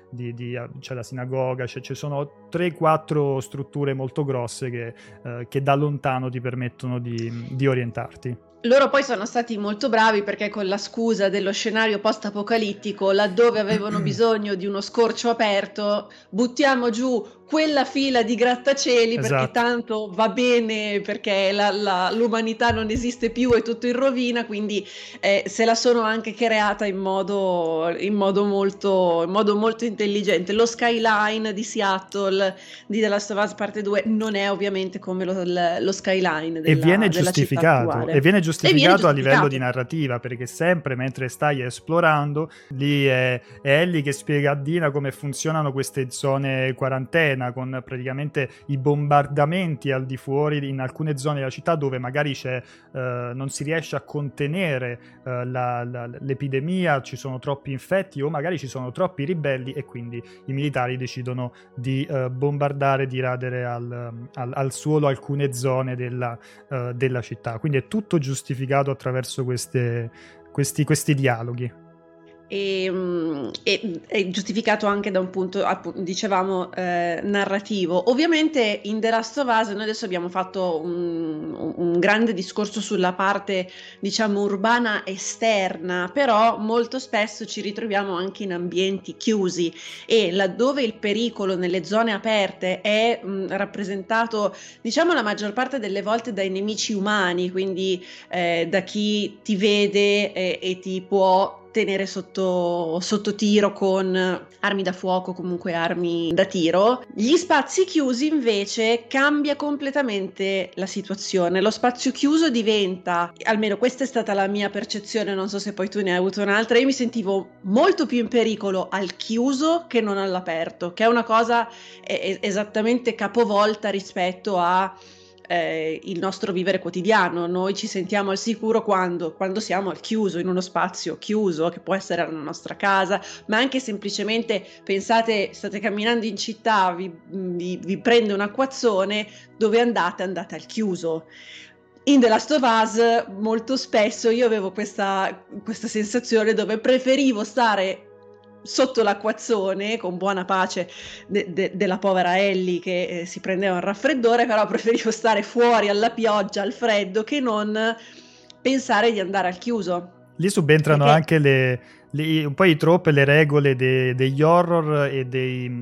c'è la sinagoga, ci sono 3-4 strutture molto grosse che da lontano ti permettono di orientarti. Loro poi sono stati molto bravi perché con la scusa dello scenario post-apocalittico, laddove avevano bisogno di uno scorcio aperto, buttiamo giù quella fila di grattacieli, esatto, perché tanto va bene, perché l'umanità non esiste più, è tutto in rovina, quindi se la sono anche creata in modo molto intelligente. Lo skyline di Seattle di The Last of Us parte 2 non è ovviamente come lo skyline della città attuale. E viene giustificato a livello di narrativa, perché sempre mentre stai esplorando lì è Ellie che spiega a Dina come funzionano queste zone quarantena, con praticamente i bombardamenti al di fuori in alcune zone della città dove magari non si riesce a contenere l'epidemia, ci sono troppi infetti o magari ci sono troppi ribelli, e quindi i militari decidono di bombardare, di radere al suolo alcune zone della città. Quindi è tutto giustificato attraverso questi dialoghi. E è giustificato anche da un punto, dicevamo, narrativo. Ovviamente in The Last of Us noi adesso abbiamo fatto un grande discorso sulla parte, diciamo, urbana esterna, però molto spesso ci ritroviamo anche in ambienti chiusi, e laddove il pericolo nelle zone aperte è rappresentato, diciamo, la maggior parte delle volte dai nemici umani, quindi da chi ti vede e ti può tenere sotto tiro con armi da fuoco, comunque armi da tiro. Gli spazi chiusi invece cambia completamente la situazione. Lo spazio chiuso diventa, almeno questa è stata la mia percezione, non so se poi tu ne hai avuto un'altra, io mi sentivo molto più in pericolo al chiuso che non all'aperto, che è una cosa esattamente capovolta rispetto a il nostro vivere quotidiano. Noi ci sentiamo al sicuro quando siamo al chiuso, in uno spazio chiuso, che può essere la nostra casa, ma anche semplicemente pensate, state camminando in città, vi prende un acquazzone, dove andate al chiuso. In The Last of Us molto spesso io avevo questa sensazione dove preferivo stare sotto l'acquazzone, con buona pace della povera Ellie che si prendeva un raffreddore, però preferivo stare fuori alla pioggia, al freddo, che non pensare di andare al chiuso. Lì subentrano anche un po' di troppe le regole degli horror e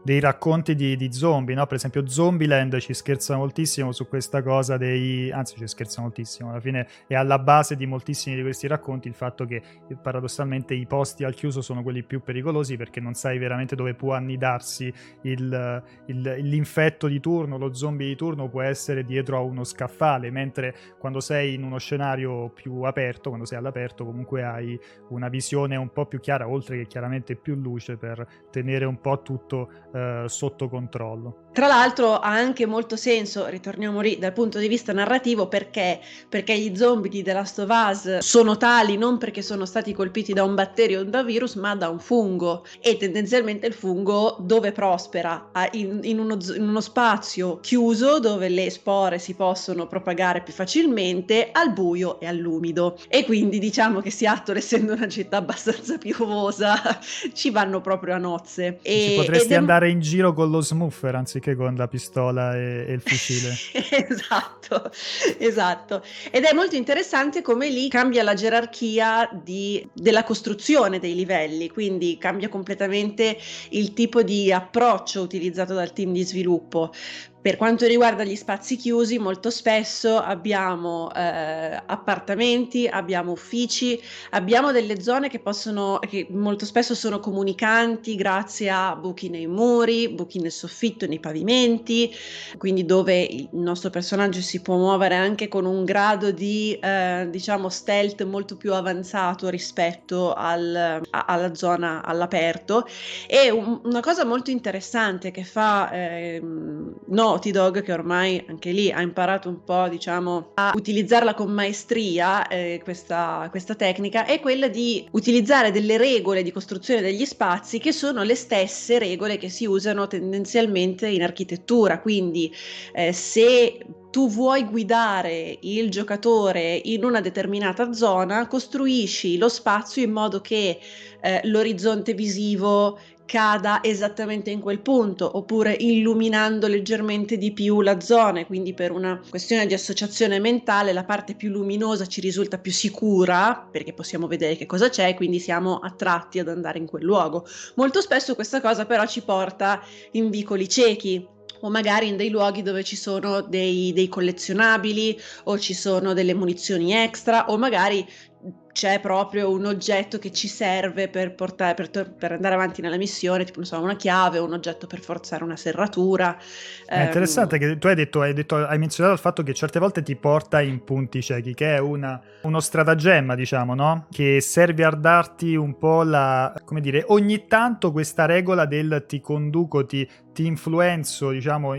dei racconti di zombie, no? Per esempio Zombieland ci scherza moltissimo su questa cosa anzi ci scherza moltissimo, alla fine è alla base di moltissimi di questi racconti il fatto che paradossalmente i posti al chiuso sono quelli più pericolosi perché non sai veramente dove può annidarsi l'infetto di turno, lo zombie di turno può essere dietro a uno scaffale, mentre quando sei in uno scenario più aperto, quando sei all'aperto, comunque hai una visione un po' più chiara, oltre che chiaramente più luce per tenere un po' tutto sotto controllo. Tra l'altro ha anche molto senso, ritorniamo lì dal punto di vista narrativo, perché gli zombie di The Last of Us sono tali non perché sono stati colpiti da un batterio o da un virus, ma da un fungo, e tendenzialmente il fungo dove prospera? In uno spazio chiuso dove le spore si possono propagare più facilmente, al buio e all'umido, e quindi diciamo che Seattle, essendo una città abbastanza piovosa, ci vanno proprio a nozze. Ci potresti andare in giro con lo smuffer anziché con la pistola e il fucile. Esatto. Ed è molto interessante come lì cambia la gerarchia della costruzione dei livelli, quindi cambia completamente il tipo di approccio utilizzato dal team di sviluppo. Per quanto riguarda gli spazi chiusi, molto spesso abbiamo appartamenti, abbiamo uffici, abbiamo delle zone che molto spesso sono comunicanti grazie a buchi nei muri, buchi nel soffitto, nei pavimenti, quindi dove il nostro personaggio si può muovere anche con un grado di diciamo stealth molto più avanzato rispetto alla zona all'aperto. E una cosa molto interessante che fa Naughty Dog, che ormai anche lì ha imparato un po', diciamo, a utilizzarla con maestria, questa tecnica, è quella di utilizzare delle regole di costruzione degli spazi che sono le stesse regole che si usano tendenzialmente in architettura. Quindi se tu vuoi guidare il giocatore in una determinata zona, costruisci lo spazio in modo che l'orizzonte visivo cada esattamente in quel punto, oppure illuminando leggermente di più la zona, quindi per una questione di associazione mentale la parte più luminosa ci risulta più sicura perché possiamo vedere che cosa c'è e quindi siamo attratti ad andare in quel luogo. Molto spesso questa cosa però ci porta in vicoli ciechi, o magari in dei luoghi dove ci sono dei collezionabili, o ci sono delle munizioni extra, o magari c'è proprio un oggetto che ci serve per andare avanti nella missione, tipo non so, una chiave o un oggetto per forzare una serratura. È interessante che tu hai menzionato il fatto che certe volte ti porta in punti ciechi, che è uno stratagemma, diciamo, no? Che serve a darti un po' ogni tanto questa regola del ti conduco, ti influenzo, diciamo,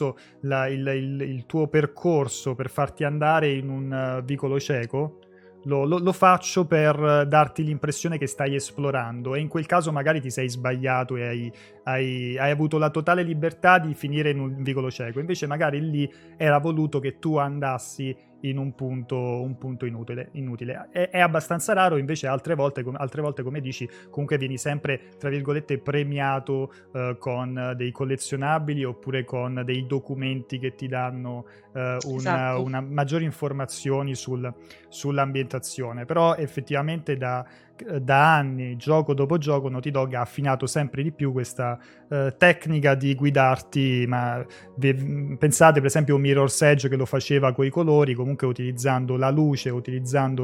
il tuo percorso per farti andare in un vicolo cieco. Lo faccio per darti l'impressione che stai esplorando, e in quel caso magari ti sei sbagliato e hai avuto la totale libertà di finire in un vicolo cieco, invece magari lì era voluto che tu andassi in un punto inutile. È abbastanza raro, invece altre volte come dici comunque vieni sempre tra virgolette premiato con dei collezionabili oppure con dei documenti che ti danno Esatto. una maggiori informazioni sull'ambientazione. Però effettivamente da anni, gioco dopo gioco, Naughty Dog ha affinato sempre di più questa tecnica di guidarti, ma pensate per esempio a Mirror's Edge che lo faceva coi colori, comunque utilizzando la luce, utilizzando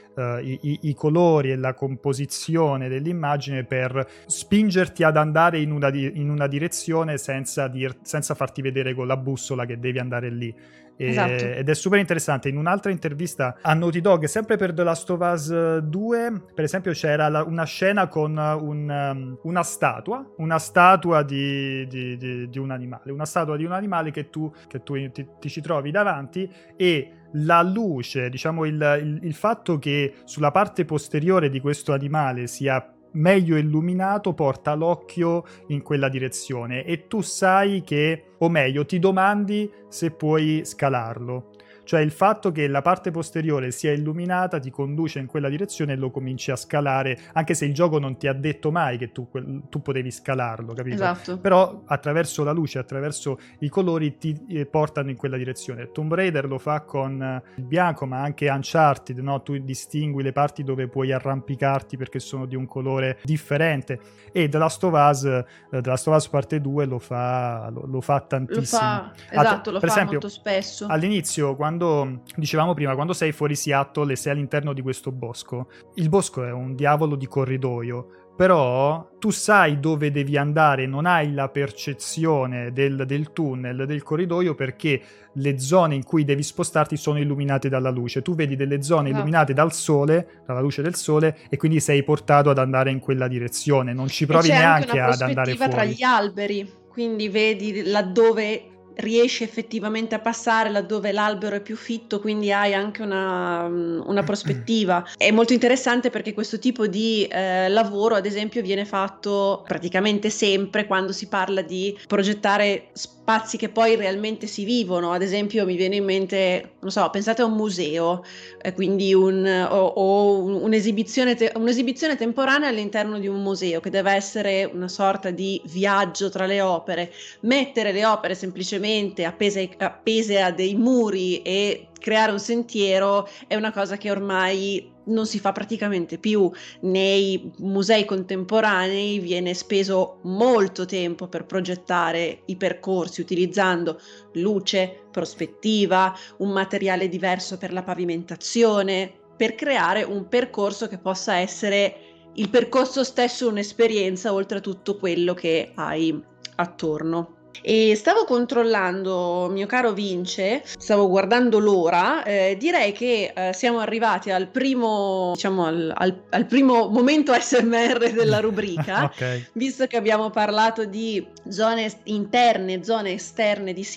i colori e la composizione dell'immagine per spingerti ad andare in una direzione senza farti vedere con la bussola che devi andare lì. Esatto. Ed è super interessante. In un'altra intervista a Naughty Dog, sempre per The Last of Us 2, per esempio c'era una scena con una statua di un animale che tu ti ci trovi davanti, e la luce, diciamo il fatto che sulla parte posteriore di questo animale sia meglio illuminato porta l'occhio in quella direzione, e tu sai che, o meglio ti domandi se puoi scalarlo. cioè il fatto che la parte posteriore sia illuminata ti conduce in quella direzione e lo cominci a scalare, anche se il gioco non ti ha detto mai che tu potevi scalarlo, capito? Esatto. Però attraverso la luce, attraverso i colori ti portano in quella direzione. Tomb Raider lo fa con il bianco, ma anche Uncharted, no? Tu distingui le parti dove puoi arrampicarti perché sono di un colore differente, e The Last of Us parte 2 lo fa tantissimo. Esatto, lo Per fa esempio, molto spesso. all'inizio, quando dicevamo prima, quando sei fuori Seattle e sei all'interno di questo bosco, il bosco è un diavolo di corridoio, però tu sai dove devi andare, non hai la percezione del tunnel, del corridoio, perché le zone in cui devi spostarti sono illuminate dalla luce. Tu vedi delle zone illuminate dal sole, dalla luce del sole, e quindi sei portato ad andare in quella direzione, non ci provi neanche ad andare fuori. C'è anche una prospettiva tra gli alberi, quindi vedi laddove riesci effettivamente a passare, laddove l'albero è più fitto, quindi hai anche una prospettiva. È molto interessante perché questo tipo di lavoro, ad esempio, viene fatto praticamente sempre quando si parla di progettare spazi che poi realmente si vivono. Ad esempio mi viene in mente, non so, pensate a un museo, quindi un'esibizione temporanea all'interno di un museo, che deve essere una sorta di viaggio tra le opere. Mettere le opere semplicemente appese a dei muri e creare un sentiero è una cosa che ormai non si fa praticamente più. Nei musei contemporanei viene speso molto tempo per progettare i percorsi utilizzando luce, prospettiva, un materiale diverso per la pavimentazione, per creare un percorso che possa essere il percorso stesso, un'esperienza, oltre a tutto quello che hai attorno. E stavo controllando, mio caro Vince, stavo guardando l'ora, direi che siamo arrivati al primo, diciamo, al primo momento ASMR della rubrica. Okay. Visto che abbiamo parlato di zone interne, zone esterne di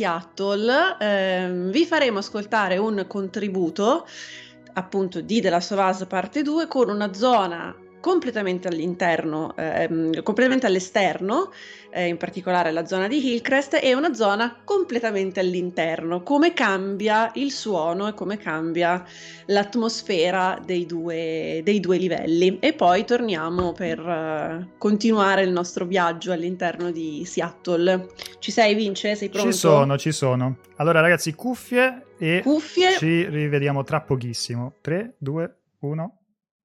Seattle, vi faremo ascoltare un contributo appunto di The Last of Us parte 2 con una zona completamente all'interno, completamente all'esterno, in particolare la zona di Hillcrest, e una zona completamente all'interno. Come cambia il suono e come cambia l'atmosfera dei due livelli. E poi torniamo per continuare il nostro viaggio all'interno di Seattle. Ci sei, Vince? Sei pronto? Ci sono. Allora ragazzi, cuffie e Cuffie. ci rivediamo tra pochissimo. 3, 2, 1.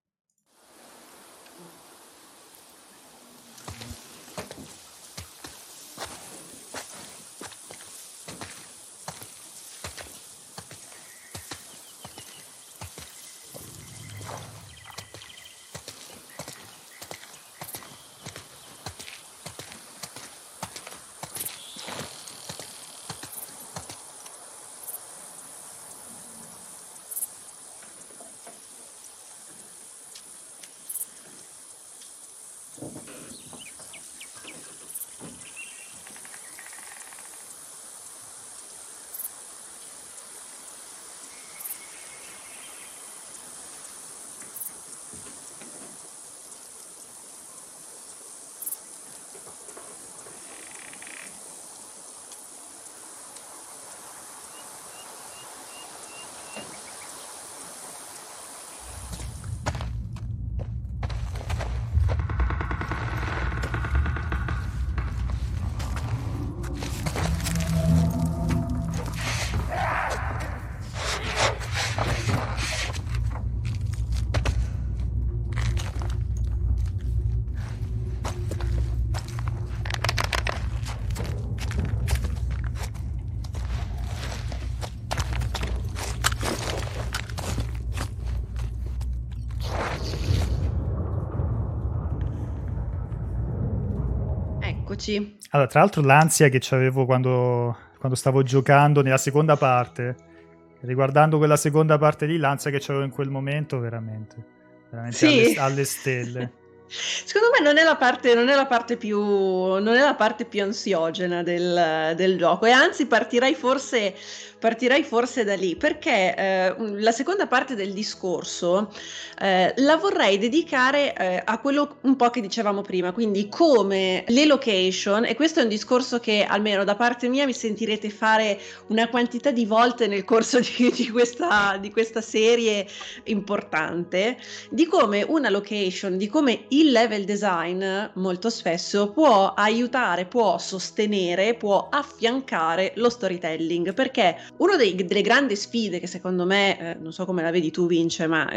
Eccoci. Allora, tra l'altro l'ansia che c'avevo quando stavo giocando nella seconda parte, riguardando quella seconda parte lì, l'ansia che c'avevo in quel momento, veramente Sì. alle stelle. Secondo me non è la parte più ansiogena del gioco, e anzi partirei forse da lì, perché la seconda parte del discorso la vorrei dedicare a quello un po' che dicevamo prima, quindi come le location, e questo è un discorso che almeno da parte mia mi sentirete fare una quantità di volte nel corso di questa serie importante, di come una location, di come il level design molto spesso può aiutare, può sostenere, può affiancare lo storytelling, perché una delle grandi sfide che secondo me, non so come la vedi tu Vince, ma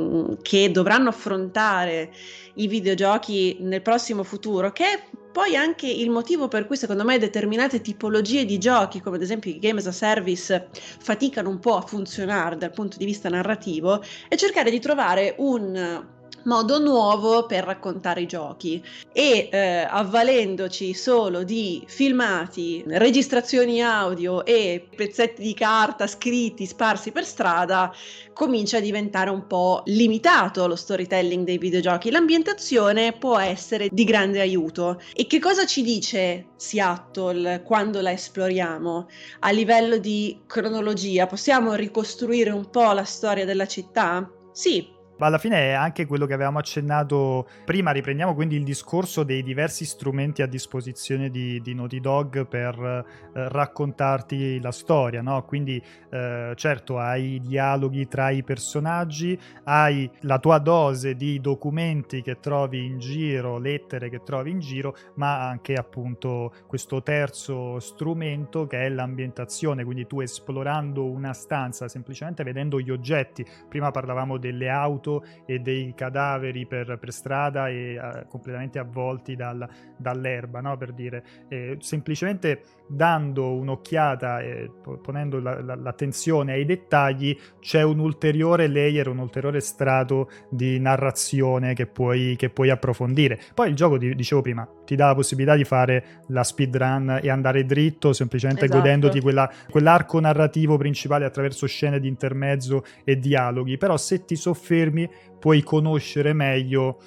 che dovranno affrontare i videogiochi nel prossimo futuro, che è poi anche il motivo per cui secondo me determinate tipologie di giochi, come ad esempio i game as a service, faticano un po' a funzionare dal punto di vista narrativo, è cercare di trovare un modo nuovo per raccontare i giochi, e avvalendoci solo di filmati, registrazioni audio e pezzetti di carta scritti sparsi per strada, comincia a diventare un po' limitato lo storytelling dei videogiochi. L'ambientazione può essere di grande aiuto. E che cosa ci dice Seattle quando la esploriamo? A livello di cronologia, possiamo ricostruire un po' la storia della città? Sì. Ma alla fine è anche quello che avevamo accennato prima. Riprendiamo quindi il discorso dei diversi strumenti a disposizione di Naughty Dog per raccontarti la storia, no? Quindi certo hai i dialoghi tra i personaggi, hai la tua dose di documenti che trovi in giro, lettere che trovi in giro, ma anche appunto questo terzo strumento che è l'ambientazione, quindi tu esplorando una stanza, semplicemente vedendo gli oggetti. Prima parlavamo delle auto e dei cadaveri per strada e completamente avvolti dall'erba, no? Per dire, semplicemente dando un'occhiata e ponendo l'attenzione ai dettagli, c'è un ulteriore layer, un ulteriore strato di narrazione che puoi approfondire. Poi il gioco, dicevo prima, ti dà la possibilità di fare la speedrun e andare dritto, semplicemente godendoti quell'arco narrativo principale attraverso scene di intermezzo e dialoghi. Però se ti soffermi puoi conoscere meglio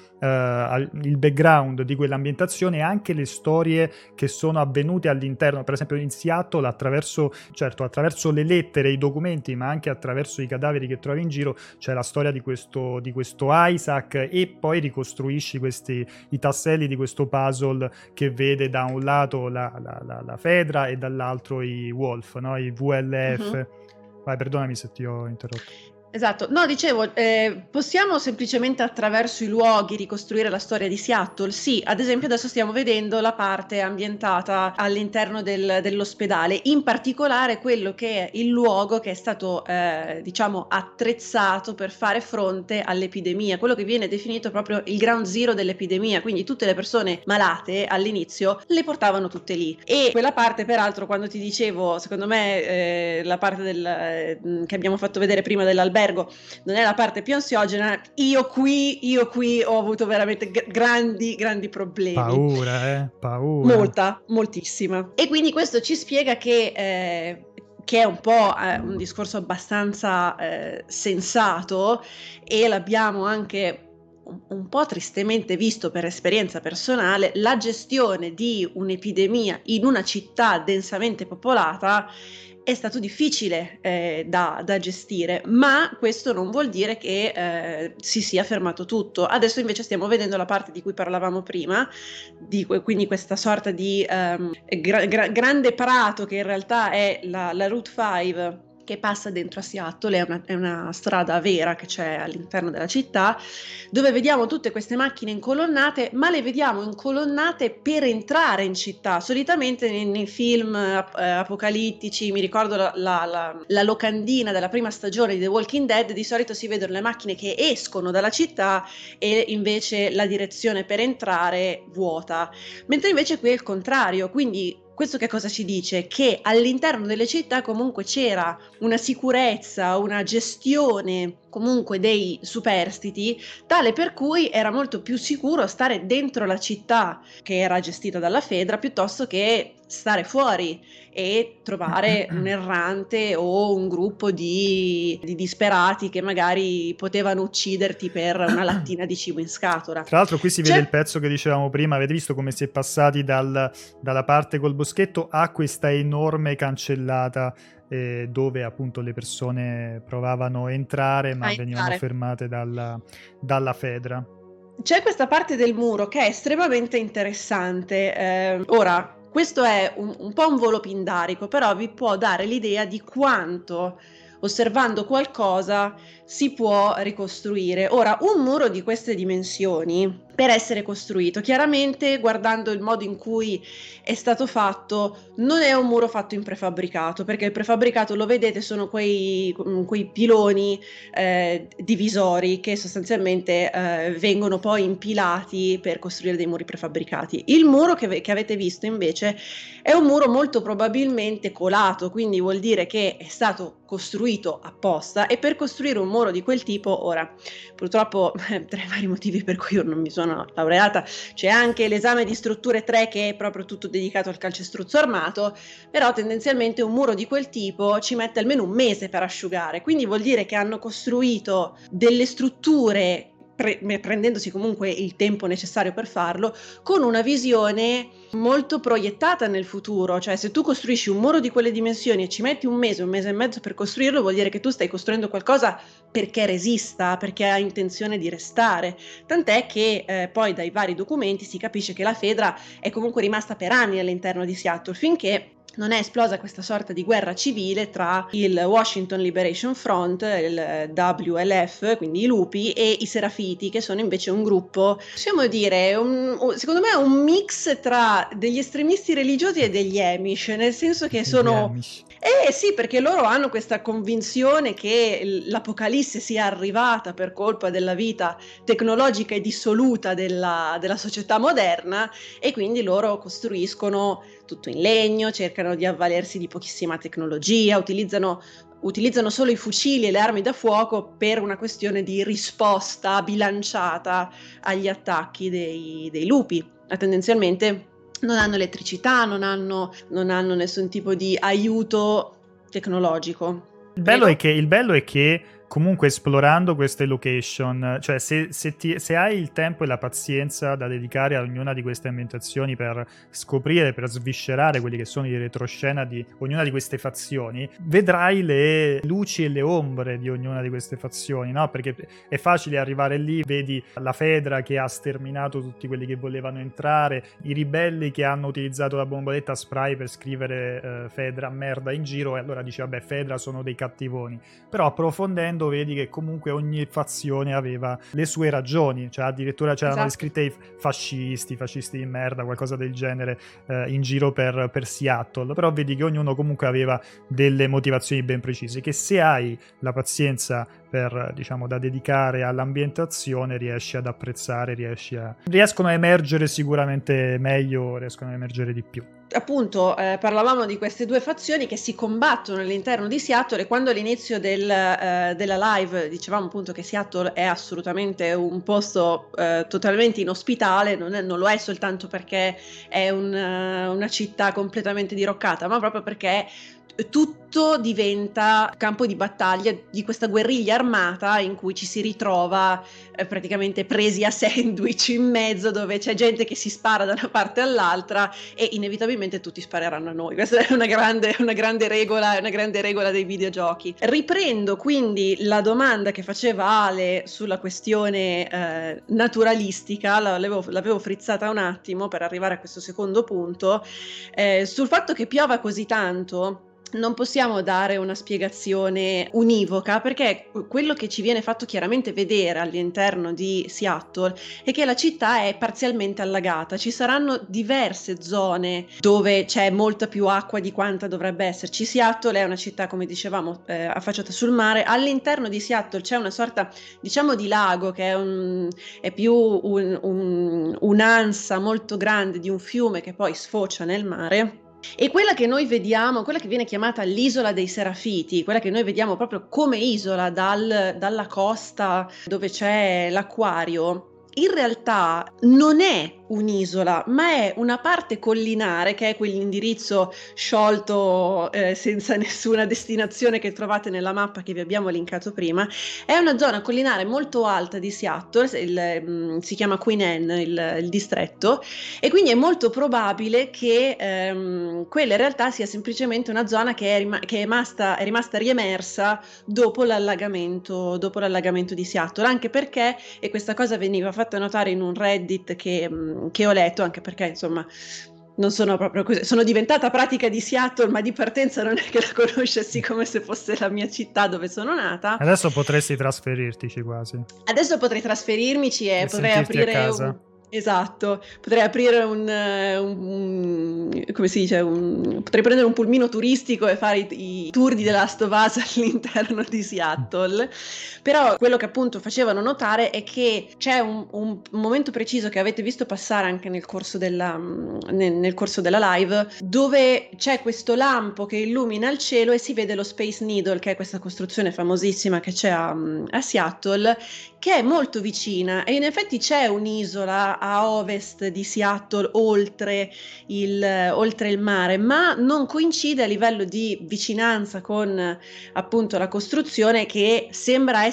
il background di quell'ambientazione e anche le storie che sono avvenute all'interno. Per esempio in Seattle, attraverso le lettere, i documenti, ma anche attraverso i cadaveri che trovi in giro, c'è la storia di questo Isaac, e poi ricostruisci i tasselli di questo puzzle che vede da un lato la Fedra e dall'altro i Wolf, no? I VLF. Uh-huh. Vai, perdonami se ti ho interrotto. Esatto, no, dicevo, possiamo semplicemente attraverso i luoghi ricostruire la storia di Seattle? Sì, ad esempio adesso stiamo vedendo la parte ambientata all'interno dell'ospedale, in particolare quello che è il luogo che è stato, diciamo, attrezzato per fare fronte all'epidemia, quello che viene definito proprio il ground zero dell'epidemia, quindi tutte le persone malate all'inizio le portavano tutte lì. E quella parte, peraltro, quando ti dicevo, secondo me, la parte che abbiamo fatto vedere prima dell'albergo non è la parte più ansiogena. Io qui ho avuto veramente grandi problemi. Paura. Moltissima. E quindi questo ci spiega che è un po' un discorso abbastanza sensato, e l'abbiamo anche un po' tristemente visto per esperienza personale. La gestione di un'epidemia in una città densamente popolata è stato difficile da gestire, ma questo non vuol dire che si sia fermato tutto. Adesso invece stiamo vedendo la parte di cui parlavamo prima, quindi questa sorta di grande prato che in realtà è la Route 5, che passa dentro a Seattle. È una strada vera che c'è all'interno della città, dove vediamo tutte queste macchine incolonnate, ma le vediamo incolonnate per entrare in città. Solitamente nei film apocalittici, mi ricordo la locandina della prima stagione di The Walking Dead, di solito si vedono le macchine che escono dalla città e invece la direzione per entrare vuota, mentre invece qui è il contrario. Quindi questo che cosa ci dice? Che all'interno delle città comunque c'era una sicurezza, una gestione comunque dei superstiti, tale per cui era molto più sicuro stare dentro la città che era gestita dalla Fedra piuttosto che stare fuori e trovare un errante o un gruppo di disperati che magari potevano ucciderti per una lattina di cibo in scatola. Tra l'altro qui si vede il pezzo che dicevamo prima, avete visto come si è passati dalla parte col boschetto a questa enorme cancellata dove appunto le persone provavano a entrare ma venivano fermate dalla Fedra. C'è questa parte del muro che è estremamente interessante. Ora, questo è un po' un volo pindarico, però vi può dare l'idea di quanto, osservando qualcosa, si può ricostruire. Ora, un muro di queste dimensioni, per essere costruito, chiaramente guardando il modo in cui è stato fatto, non è un muro fatto in prefabbricato, perché il prefabbricato, lo vedete, sono quei piloni divisori che sostanzialmente vengono poi impilati per costruire dei muri prefabbricati. Il muro che avete visto invece è un muro molto probabilmente colato, quindi vuol dire che è stato costruito apposta, e per costruire un muro di quel tipo, ora purtroppo tra i vari motivi per cui io non mi sono laureata c'è anche l'esame di strutture 3 che è proprio tutto dedicato al calcestruzzo armato, però tendenzialmente un muro di quel tipo ci mette almeno un mese per asciugare, quindi vuol dire che hanno costruito delle strutture prendendosi comunque il tempo necessario per farlo, con una visione molto proiettata nel futuro. Cioè, se tu costruisci un muro di quelle dimensioni e ci metti un mese e mezzo per costruirlo, vuol dire che tu stai costruendo qualcosa perché resista, perché ha intenzione di restare. Tant'è che poi dai vari documenti si capisce che la Fedra è comunque rimasta per anni all'interno di Seattle, finché non è esplosa questa sorta di guerra civile tra il Washington Liberation Front, il WLF, quindi i lupi, e i Serafiti, che sono invece un gruppo, possiamo dire, secondo me un mix tra degli estremisti religiosi e degli Amish, nel senso che sono... sì, perché loro hanno questa convinzione che l'apocalisse sia arrivata per colpa della vita tecnologica e dissoluta della società moderna, e quindi loro costruiscono tutto in legno, cercano di avvalersi di pochissima tecnologia, utilizzano solo i fucili e le armi da fuoco per una questione di risposta bilanciata agli attacchi dei lupi. Tendenzialmente non hanno elettricità, non hanno nessun tipo di aiuto tecnologico. Il bello è che comunque esplorando queste location, cioè se hai il tempo e la pazienza da dedicare a ognuna di queste ambientazioni per scoprire, per sviscerare quelli che sono i retroscena di ognuna di queste fazioni, vedrai le luci e le ombre di ognuna di queste fazioni, no? Perché è facile arrivare lì, vedi la Fedra che ha sterminato tutti quelli che volevano entrare, i ribelli che hanno utilizzato la bomboletta spray per scrivere Fedra merda in giro, e allora dici vabbè, Fedra sono dei cattivoni. Però approfondendo vedi che comunque ogni fazione aveva le sue ragioni, cioè addirittura c'erano descritte i fascisti di merda, qualcosa del genere in giro per Seattle, però vedi che ognuno comunque aveva delle motivazioni ben precise, che se hai la pazienza per, diciamo, da dedicare all'ambientazione riesci ad apprezzare, riescono a emergere sicuramente meglio, riescono a emergere di più. Appunto, parlavamo di queste due fazioni che si combattono all'interno di Seattle, e quando all'inizio della live dicevamo appunto che Seattle è assolutamente un posto totalmente inospitale, non lo è soltanto perché è una città completamente diroccata, ma proprio perché tutto diventa campo di battaglia di questa guerriglia armata in cui ci si ritrova praticamente presi a sandwich in mezzo, dove c'è gente che si spara da una parte all'altra e inevitabilmente tutti spareranno a noi. Questa è una grande regola dei videogiochi. Riprendo quindi la domanda che faceva Ale sulla questione naturalistica, l'avevo frizzata un attimo per arrivare a questo secondo punto, sul fatto che piova così tanto. Non possiamo dare una spiegazione univoca, perché quello che ci viene fatto chiaramente vedere all'interno di Seattle è che la città è parzialmente allagata. Ci saranno diverse zone dove c'è molta più acqua di quanta dovrebbe esserci. Seattle è una città, come dicevamo, affacciata sul mare. All'interno di Seattle c'è una sorta, diciamo, di lago che è più un'ansa molto grande di un fiume che poi sfocia nel mare. E quella che noi vediamo, quella che viene chiamata l'isola dei Serafiti, quella che noi vediamo proprio come isola dalla costa dove c'è l'acquario, in realtà non è un'isola, ma è una parte collinare, che è quell'indirizzo sciolto senza nessuna destinazione che trovate nella mappa che vi abbiamo linkato prima. È una zona collinare molto alta di Seattle, si chiama Queen Anne il distretto, e quindi è molto probabile che quella in realtà sia semplicemente una zona che è rimasta riemersa dopo l'allagamento di Seattle, anche perché, e questa cosa veniva fatta notare in un Reddit che ho letto, anche perché insomma non sono proprio così, sono diventata pratica di Seattle, ma di partenza non è che la conoscessi come se fosse la mia città dove sono nata. Adesso potresti trasferirtici quasi. Adesso potrei trasferirmici e potrei sentirti a aprire casa. esatto, potrei aprire come si dice, potrei prendere un pulmino turistico e fare i tour di The Last of Us all'interno di Seattle. Però quello che appunto facevano notare è che c'è un momento preciso che avete visto passare anche nel corso nel corso della live, dove c'è questo lampo che illumina il cielo e si vede lo Space Needle, che è questa costruzione famosissima che c'è a Seattle, che è molto vicina, e in effetti c'è un'isola a ovest di Seattle oltre il mare, ma non coincide a livello di vicinanza con appunto la costruzione, che sembra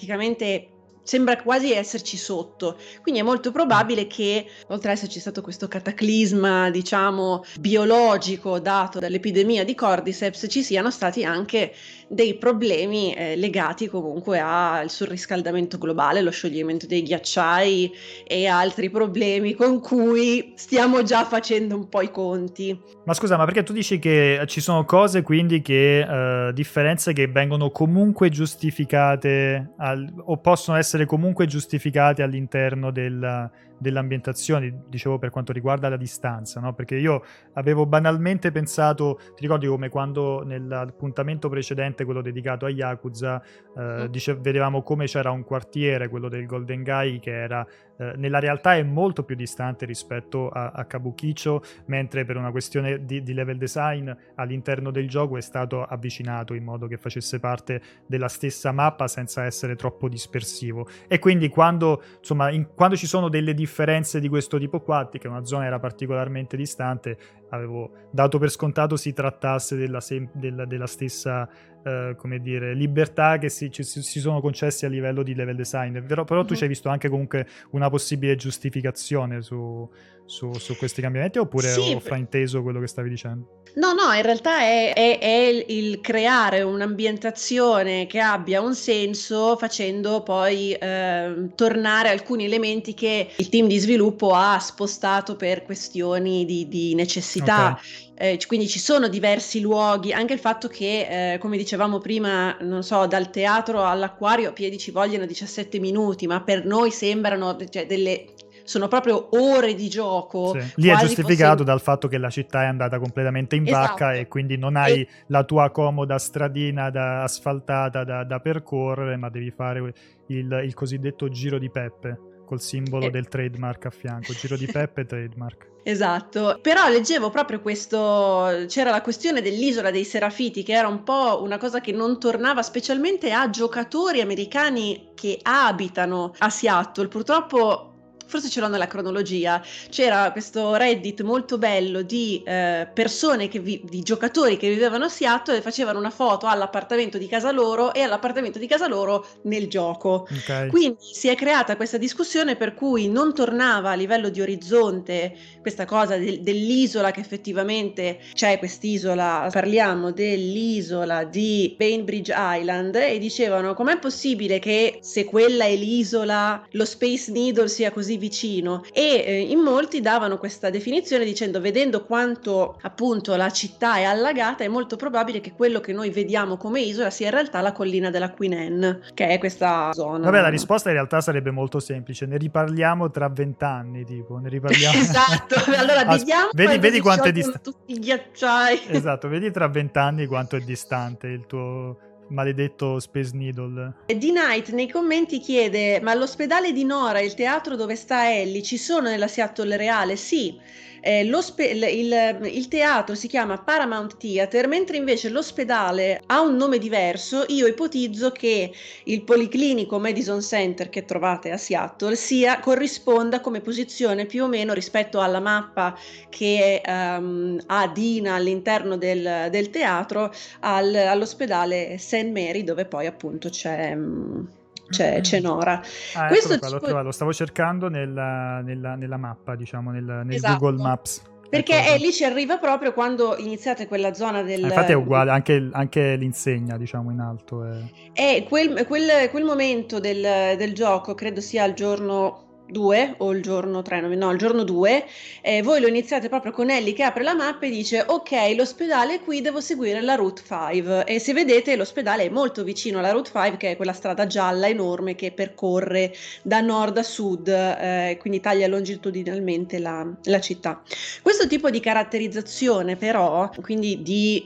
quasi esserci sotto. Quindi è molto probabile che, oltre ad esserci stato questo cataclisma, diciamo, biologico dato dall'epidemia di Cordyceps, ci siano stati anche dei problemi legati comunque al surriscaldamento globale, lo scioglimento dei ghiacciai e altri problemi con cui stiamo già facendo un po' i conti. Ma scusa, ma perché tu dici che ci sono cose quindi differenze che vengono comunque giustificate o possono essere comunque giustificate all'interno dell'ambientazione, dicevo, per quanto riguarda la distanza, no? Perché io avevo banalmente pensato, ti ricordi come quando nell'appuntamento precedente, quello dedicato a Yakuza, vedevamo come c'era un quartiere, quello del Golden Gai, che era nella realtà è molto più distante rispetto a Kabukicho, mentre per una questione di level design all'interno del gioco è stato avvicinato in modo che facesse parte della stessa mappa senza essere troppo dispersivo. E quindi quando ci sono delle differenze di questo tipo qua, che una zona era particolarmente distante, avevo dato per scontato si trattasse della stessa come dire, libertà che si sono concessi a livello di level design. Però tu ci hai visto anche comunque una possibile giustificazione su questi cambiamenti, oppure sì, ho frainteso quello che stavi dicendo? No, in realtà è il creare un'ambientazione che abbia un senso, facendo poi tornare alcuni elementi che il team di sviluppo ha spostato per questioni di necessità. Okay. Quindi ci sono diversi luoghi, anche il fatto che, come dicevamo prima, non so, dal teatro all'acquario a piedi ci vogliono 17 minuti, ma per noi sembrano, cioè, sono proprio ore di gioco. Sì. Lì è giustificato dal fatto che la città è andata completamente in vacca, esatto. e quindi non hai la tua comoda stradina asfaltata da percorrere, ma devi fare il cosiddetto giro di Peppe, col simbolo del trademark a fianco. Giro di Peppe, trademark. Esatto, però leggevo proprio c'era la questione dell'isola dei Serafiti, che era un po' una cosa che non tornava specialmente a giocatori americani che abitano a Seattle. Purtroppo, forse ce l'ho nella cronologia, c'era questo Reddit molto bello di persone di giocatori che vivevano a Seattle e facevano una foto all'appartamento di casa loro e all'appartamento di casa loro nel gioco. Okay. Quindi si è creata questa discussione per cui non tornava a livello di orizzonte questa cosa dell'isola, che effettivamente c'è quest'isola, parliamo dell'isola di Bainbridge Island, e dicevano: com'è possibile che, se quella è l'isola, lo Space Needle sia così vicino? E in molti davano questa definizione dicendo: vedendo quanto appunto la città è allagata, è molto probabile che quello che noi vediamo come isola sia in realtà la collina della Queen Anne, che è questa zona. Vabbè, la risposta in realtà sarebbe molto semplice: ne riparliamo tra 20 anni, tipo, ne riparliamo. Esatto, allora vediamo vedi quanto è distante tutti i ghiacciai. Esatto, vedi tra 20 anni quanto è distante il tuo maledetto Space Needle. D-Night nei commenti chiede: ma l'ospedale di Nora e il teatro dove sta Ellie ci sono nella Seattle reale? Sì, il teatro si chiama Paramount Theater, mentre invece l'ospedale ha un nome diverso. Io ipotizzo che il Policlinico Madison Center che trovate a Seattle corrisponda come posizione più o meno rispetto alla mappa che ha Dina all'interno del teatro all'ospedale St. Mary, dove poi appunto c'è Nora. Ah, Questo eccolo qua, l'ho tipo... trovato, lo stavo cercando nella mappa, diciamo, nel Google Esatto. Maps. Perché Eccolo qua. lì ci arriva proprio quando iniziate quella zona Infatti è uguale, anche l'insegna, diciamo, in alto. E quel momento del gioco, credo sia il giorno 2 o il giorno 3, no, il giorno 2, voi lo iniziate proprio con Ellie che apre la mappa e dice ok, l'ospedale è qui, devo seguire la Route 5, e se vedete l'ospedale è molto vicino alla Route 5, che è quella strada gialla enorme che percorre da nord a sud, quindi taglia longitudinalmente la città. Questo tipo di caratterizzazione però, quindi di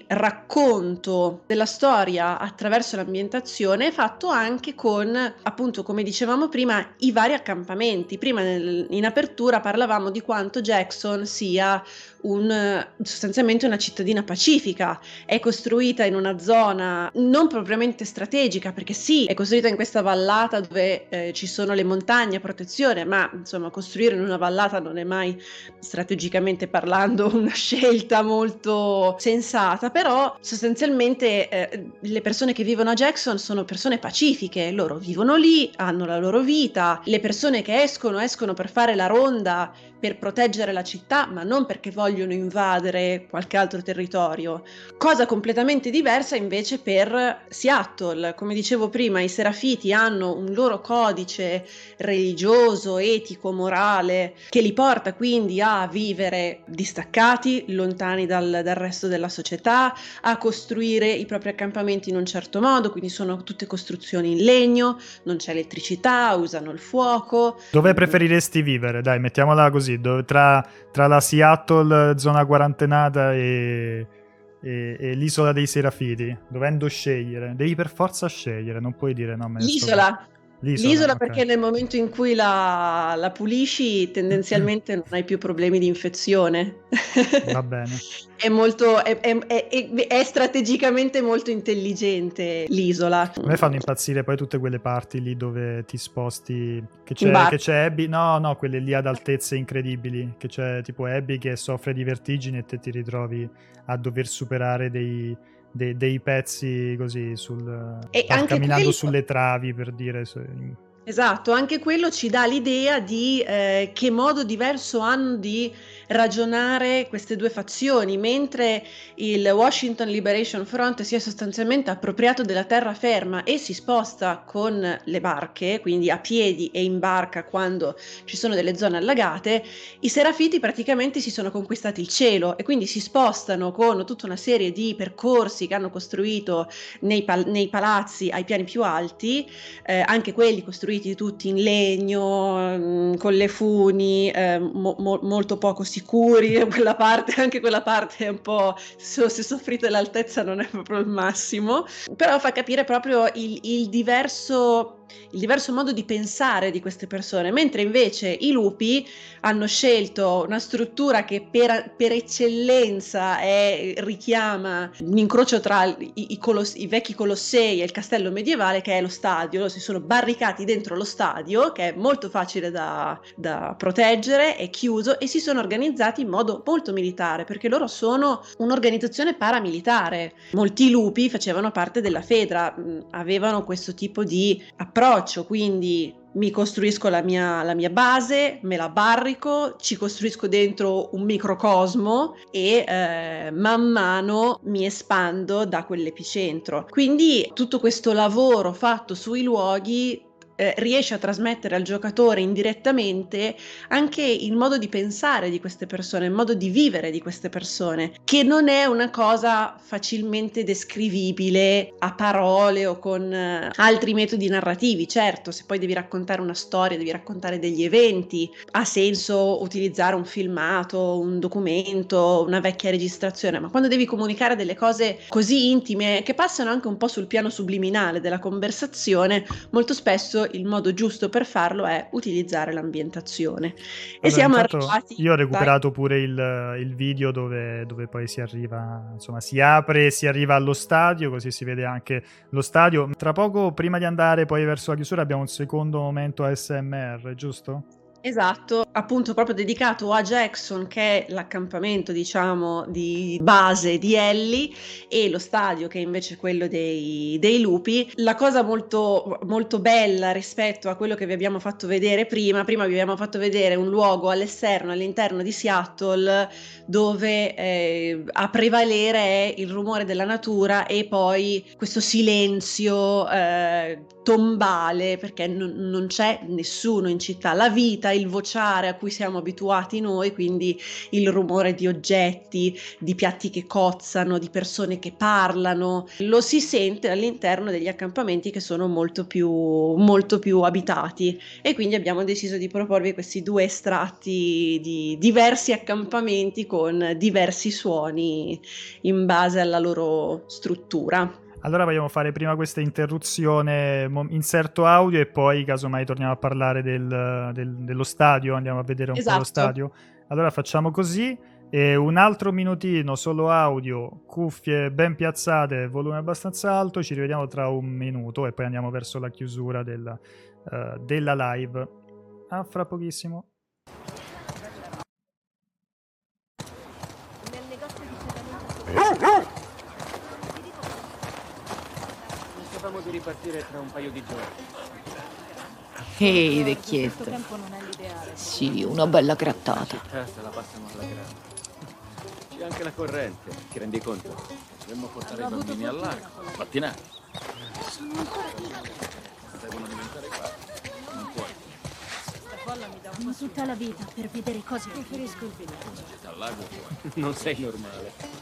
racconto della storia attraverso l'ambientazione, è fatto anche con, appunto, come dicevamo prima, i vari accampamenti. Prima in apertura parlavamo di quanto Jackson sia sostanzialmente una cittadina pacifica, è costruita in una zona non propriamente strategica, perché sì, è costruita in questa vallata dove ci sono le montagne a protezione, ma insomma costruire in una vallata non è mai strategicamente parlando una scelta molto sensata, però sostanzialmente le persone che vivono a Jackson sono persone pacifiche, loro vivono lì, hanno la loro vita, le persone che escono per fare la ronda, per proteggere la città, ma non perché vogliono invadere qualche altro territorio. Cosa completamente diversa invece per Seattle. Come dicevo prima, i Serafiti hanno un loro codice religioso, etico, morale, che li porta quindi a vivere distaccati, lontani dal resto della società, a costruire i propri accampamenti in un certo modo, quindi sono tutte costruzioni in legno, non c'è elettricità, usano il fuoco. Dove preferiresti vivere? Dai, mettiamola così, tra la Seattle zona quarantenata e l'isola dei Serafiti, dovendo scegliere, devi per forza scegliere, non puoi dire no, me ne sto qua. L'isola, ok. perché nel momento in cui la pulisci tendenzialmente non hai più problemi di infezione. Va bene. È strategicamente molto intelligente l'isola. A me fanno impazzire poi tutte quelle parti lì dove ti sposti, che In barca. c'è Abby, no, quelle lì ad altezze incredibili, che c'è tipo Abby che soffre di vertigini e te ti ritrovi a dover superare dei pezzi così camminando sulle travi, per dire. Esatto, anche quello ci dà l'idea di che modo diverso hanno di ragionare queste due fazioni, mentre il Washington Liberation Front si è sostanzialmente appropriato della terraferma e si sposta con le barche, quindi a piedi e in barca quando ci sono delle zone allagate, i Serafiti praticamente si sono conquistati il cielo e quindi si spostano con tutta una serie di percorsi che hanno costruito nei palazzi ai piani più alti, anche quelli costruiti tutti in legno, con le funi, molto poco sicuri. Anche quella parte è un po', se soffrite l'altezza non è proprio il massimo, però fa capire proprio il diverso modo di pensare di queste persone, mentre invece i lupi hanno scelto una struttura che per eccellenza richiama un incrocio tra i vecchi Colossei e il castello medievale, che è lo stadio. Loro si sono barricati dentro lo stadio, che è molto facile da proteggere, è chiuso, e si sono organizzati in modo molto militare, perché loro sono un'organizzazione paramilitare. Molti lupi facevano parte della Fedra, avevano questo tipo di approccio, quindi mi costruisco la mia base, me la barrico, ci costruisco dentro un microcosmo e man mano mi espando da quell'epicentro. Quindi tutto questo lavoro fatto sui luoghi riesce a trasmettere al giocatore indirettamente anche il modo di pensare di queste persone, il modo di vivere di queste persone, che non è una cosa facilmente descrivibile a parole o con altri metodi narrativi. Certo, se poi devi raccontare una storia, devi raccontare degli eventi, ha senso utilizzare un filmato, un documento, una vecchia registrazione, ma quando devi comunicare delle cose così intime che passano anche un po' sul piano subliminale della conversazione, molto spesso adesso il modo giusto per farlo è utilizzare l'ambientazione. E Allora, siamo intanto arrivati... io ho Vai. recuperato pure il video dove poi si arriva, insomma, si apre e si arriva allo stadio, così si vede anche lo stadio. Tra poco, prima di andare poi verso la chiusura, abbiamo un secondo momento ASMR, giusto? Esatto, appunto proprio dedicato a Jackson, che è l'accampamento, diciamo, di base di Ellie, e lo stadio che è invece quello dei lupi. La cosa molto, molto bella rispetto a quello che vi abbiamo fatto vedere prima vi abbiamo fatto vedere un luogo all'interno di Seattle, dove a prevalere è il rumore della natura e poi questo silenzio tombale, perché non c'è nessuno in città. La vita, il vociare a cui siamo abituati noi, quindi il rumore di oggetti, di piatti che cozzano, di persone che parlano, lo si sente all'interno degli accampamenti che sono molto più abitati, e quindi abbiamo deciso di proporvi questi due estratti di diversi accampamenti con diversi suoni in base alla loro struttura. Allora vogliamo fare prima questa interruzione, inserto audio, e poi casomai torniamo a parlare dello stadio, andiamo a vedere un po' lo Esatto. stadio. Allora facciamo così, e un altro minutino, solo audio, cuffie ben piazzate, volume abbastanza alto, ci rivediamo tra un minuto e poi andiamo verso la chiusura della live. A fra pochissimo. Pensavamo di ripartire tra un paio di giorni. Ehi, vecchietto. Sì, una bella grattata. La città se la passano alla grande. C'è anche la corrente, ti rendi conto? Dovremmo portare i bambini al lago, a pattinare. Devono diventare qua. Non puoi. Ma tutta la vita per vedere cose. Preferisco il villaggio. Al lago puoi. Non sei normale.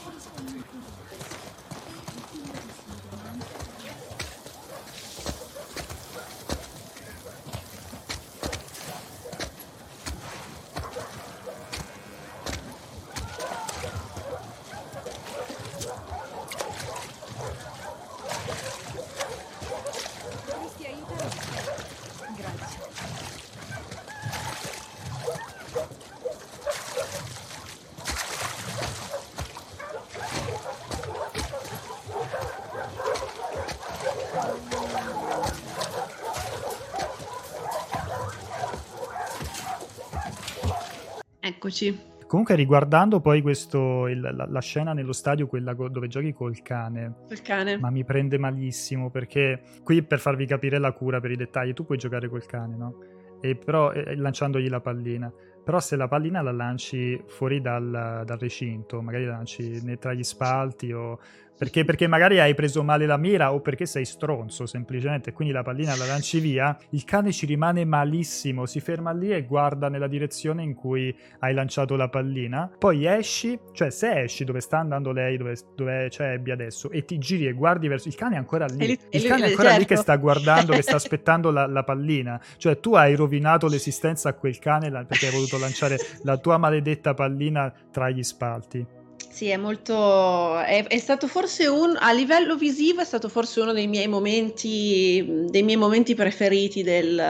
Eccoci. Comunque, riguardando poi la scena nello stadio, quella dove giochi col cane, Il cane. ma mi prende malissimo, perché qui, per farvi capire la cura per i dettagli, tu puoi giocare col cane, no? E però lanciandogli la pallina. Però se la pallina la lanci fuori dal recinto, magari la lanci tra gli spalti, o perché magari hai preso male la mira, o perché sei stronzo semplicemente, quindi la pallina la lanci via, il cane ci rimane malissimo, si ferma lì e guarda nella direzione in cui hai lanciato la pallina. Poi esci, cioè se esci dove sta andando lei, dove c'è Abby adesso, e ti giri e guardi verso il cane, è ancora lì. Il cane è ancora lì che sta guardando, che sta aspettando la pallina. Cioè tu hai rovinato l'esistenza a quel cane perché hai voluto lanciare la tua maledetta pallina tra gli spalti. Sì, è molto. È stato forse a livello visivo è stato forse uno dei miei momenti preferiti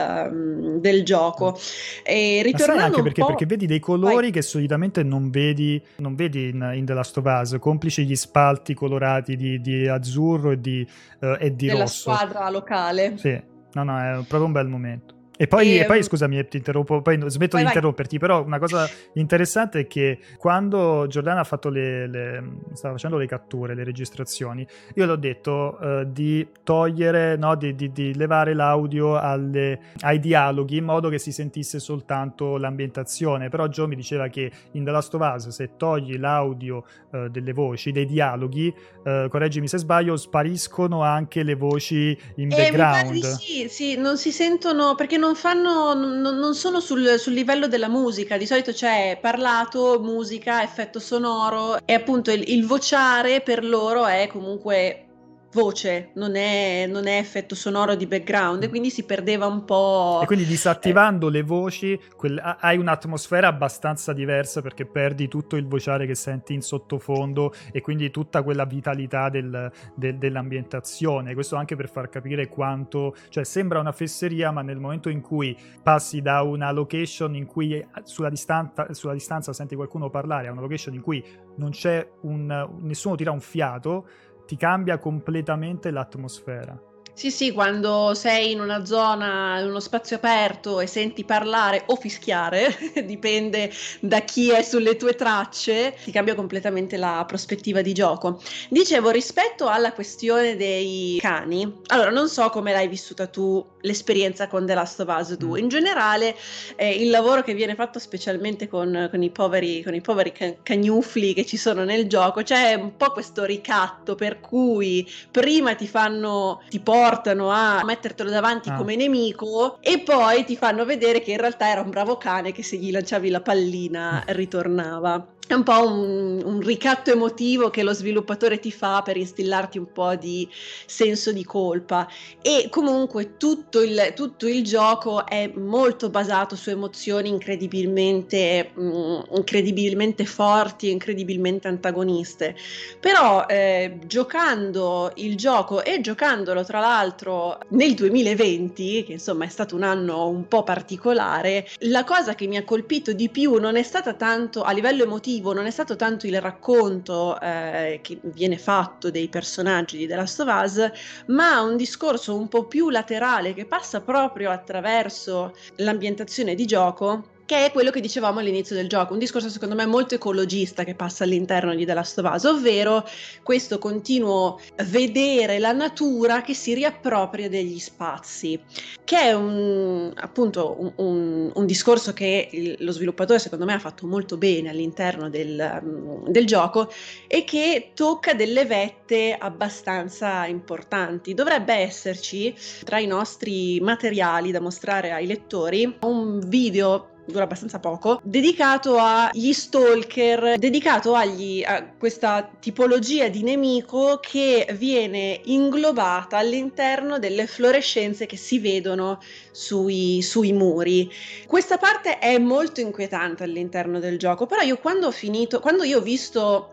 del gioco. E Ma sai ritornando anche un perché? po'. Perché vedi dei colori che solitamente non vedi in The Last of Us, complici gli spalti colorati di azzurro e di Della rosso. squadra locale. Sì, no, è proprio un bel momento. E poi scusami, ti interrompo, poi smetto di interromperti, però una cosa interessante è che quando Giordana ha fatto stava facendo le catture, le registrazioni, io le ho detto di togliere, no, di levare l'audio ai dialoghi, in modo che si sentisse soltanto l'ambientazione. Però Joe mi diceva che in The Last of Us, se togli l'audio delle voci, dei dialoghi, correggimi se sbaglio, spariscono anche le voci in background. Mi pare di sì, non si sentono, perché non sono sul livello della musica. Di solito c'è parlato, musica, effetto sonoro, e appunto il vociare per loro è comunque voce, non è effetto sonoro di background, e quindi si perdeva un po'. E quindi disattivando le voci hai un'atmosfera abbastanza diversa, perché perdi tutto il vociare che senti in sottofondo e quindi tutta quella vitalità dell'ambientazione. Questo anche per far capire quanto, cioè sembra una fesseria, ma nel momento in cui passi da una location in cui sulla distanza senti qualcuno parlare a una location in cui non c'è nessuno tira un fiato, ti cambia completamente l'atmosfera. Sì, quando sei in una zona, in uno spazio aperto e senti parlare o fischiare, dipende da chi è sulle tue tracce, ti cambia completamente la prospettiva di gioco. Dicevo, rispetto alla questione dei cani, allora non so come l'hai vissuta tu l'esperienza con The Last of Us 2. In generale, il lavoro che viene fatto specialmente con i poveri cagnufli che ci sono nel gioco, c'è un po' questo ricatto per cui prima ti portano a mettertelo davanti come nemico e poi ti fanno vedere che in realtà era un bravo cane che se gli lanciavi la pallina ritornava. È un po' un ricatto emotivo che lo sviluppatore ti fa per instillarti un po' di senso di colpa, e comunque tutto il gioco è molto basato su emozioni incredibilmente forti, incredibilmente antagoniste. Però giocando il gioco e giocandolo tra l'altro nel 2020, che insomma è stato un anno un po' particolare, la cosa che mi ha colpito di più non è stata tanto a livello emotivo, non è stato tanto il racconto che viene fatto dei personaggi di The Last of Us, ma un discorso un po' più laterale che passa proprio attraverso l'ambientazione di gioco, che è quello che dicevamo all'inizio del gioco, un discorso secondo me molto ecologista che passa all'interno di The Last of Us, ovvero questo continuo vedere la natura che si riappropria degli spazi, che è appunto un discorso che lo sviluppatore secondo me ha fatto molto bene all'interno del gioco e che tocca delle vette abbastanza importanti. Dovrebbe esserci tra i nostri materiali da mostrare ai lettori un video, dura abbastanza poco, dedicato agli stalker, dedicato a questa tipologia di nemico che viene inglobata all'interno delle fluorescenze che si vedono sui muri. Questa parte è molto inquietante all'interno del gioco, però io quando io ho visto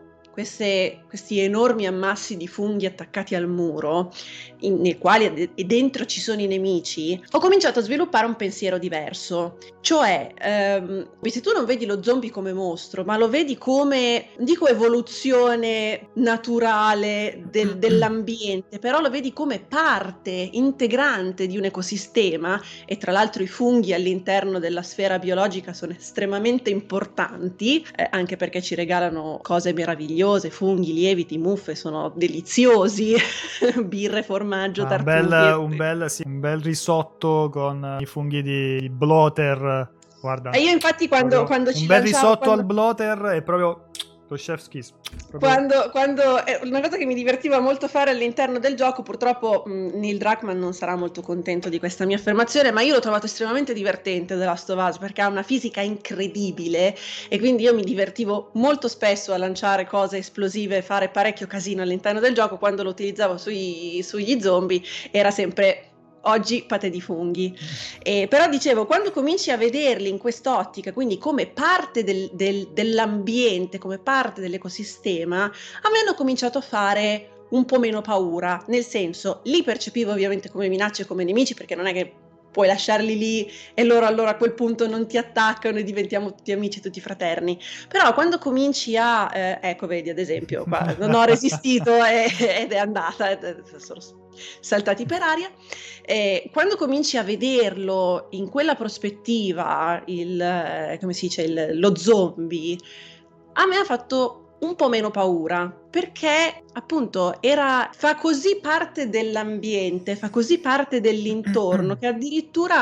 questi enormi ammassi di funghi attaccati al muro, nei quali dentro ci sono i nemici, ho cominciato a sviluppare un pensiero diverso. Cioè, se tu non vedi lo zombie come mostro, ma lo vedi come, dico evoluzione naturale dell'ambiente, però lo vedi come parte integrante di un ecosistema, e tra l'altro i funghi all'interno della sfera biologica sono estremamente importanti, anche perché ci regalano cose meravigliose, funghi, lieviti, muffe, sono deliziosi, birre, formaggio, un bel risotto con i funghi di bloater, guarda. E io infatti quando ci un bel risotto al bloater è proprio lo chef's kiss. Quando una cosa che mi divertiva molto fare all'interno del gioco, purtroppo Neil Druckmann non sarà molto contento di questa mia affermazione, ma io l'ho trovato estremamente divertente The Last of Us, perché ha una fisica incredibile e quindi io mi divertivo molto spesso a lanciare cose esplosive e fare parecchio casino all'interno del gioco. Quando lo utilizzavo sugli zombie era sempre oggi pate di funghi. Però dicevo, quando cominci a vederli in quest'ottica, quindi come parte dell'ambiente, come parte dell'ecosistema, a me hanno cominciato a fare un po' meno paura, nel senso, li percepivo ovviamente come minacce, come nemici, perché non è che puoi lasciarli lì e loro allora a quel punto non ti attaccano e diventiamo tutti amici, tutti fraterni. Però quando cominci ecco, vedi, ad esempio, qua non ho resistito ed è andata, sono saltati per aria. Quando cominci a vederlo in quella prospettiva, come si dice, lo zombie, a me ha fatto un po' meno paura, perché appunto fa così parte dell'ambiente, fa così parte dell'intorno, che addirittura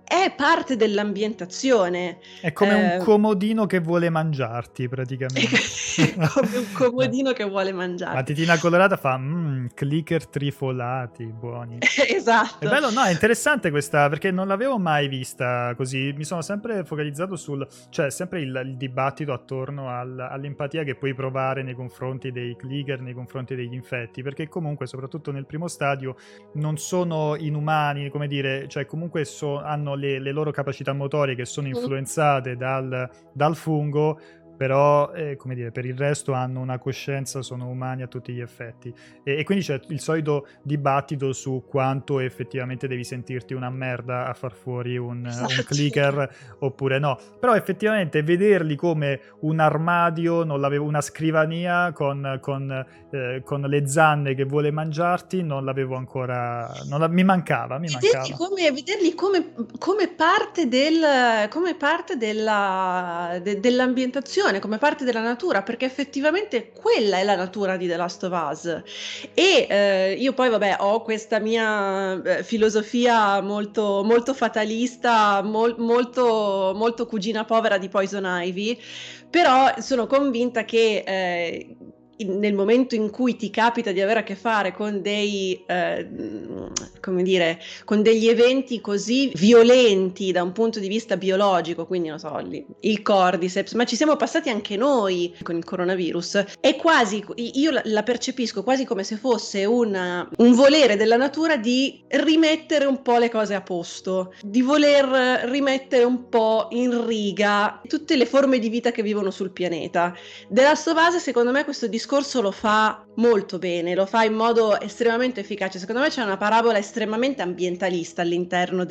è parte dell'ambientazione. È come un comodino che vuole mangiarti, praticamente. Come un comodino che vuole mangiarti. La titina colorata fa clicker trifolati, buoni. Esatto. È bello, no, è interessante questa, perché non l'avevo mai vista così. Mi sono sempre focalizzato cioè sempre il dibattito attorno all'empatia che puoi provare nei confronti dei clicker, nei confronti degli infetti, perché comunque, soprattutto nel primo stadio, non sono inumani, come dire, cioè comunque hanno le loro capacità motorie che sono influenzate dal fungo, però come dire, per il resto hanno una coscienza, sono umani a tutti gli effetti, e quindi c'è il solito dibattito su quanto effettivamente devi sentirti una merda a far fuori un clicker oppure no. Però effettivamente vederli come un armadio, non l'avevo, una scrivania con le zanne che vuole mangiarti, non l'avevo ancora, mi mancava. Vederli come parte dell'ambientazione, come parte della natura, perché effettivamente quella è la natura di The Last of Us. E io poi ho questa mia filosofia molto, molto fatalista, molto, molto cugina povera di Poison Ivy, però sono convinta che nel momento in cui ti capita di avere a che fare con con degli eventi così violenti da un punto di vista biologico, quindi non so, il Cordyceps, ma ci siamo passati anche noi con il coronavirus, è quasi, io la percepisco quasi come se fosse un volere della natura di rimettere un po' le cose a posto, di voler rimettere un po' in riga tutte le forme di vita che vivono sul pianeta. The Last of Us, secondo me, questo discorso lo fa molto bene, lo fa in modo estremamente efficace. Secondo me c'è una parabola estremamente ambientalista all'interno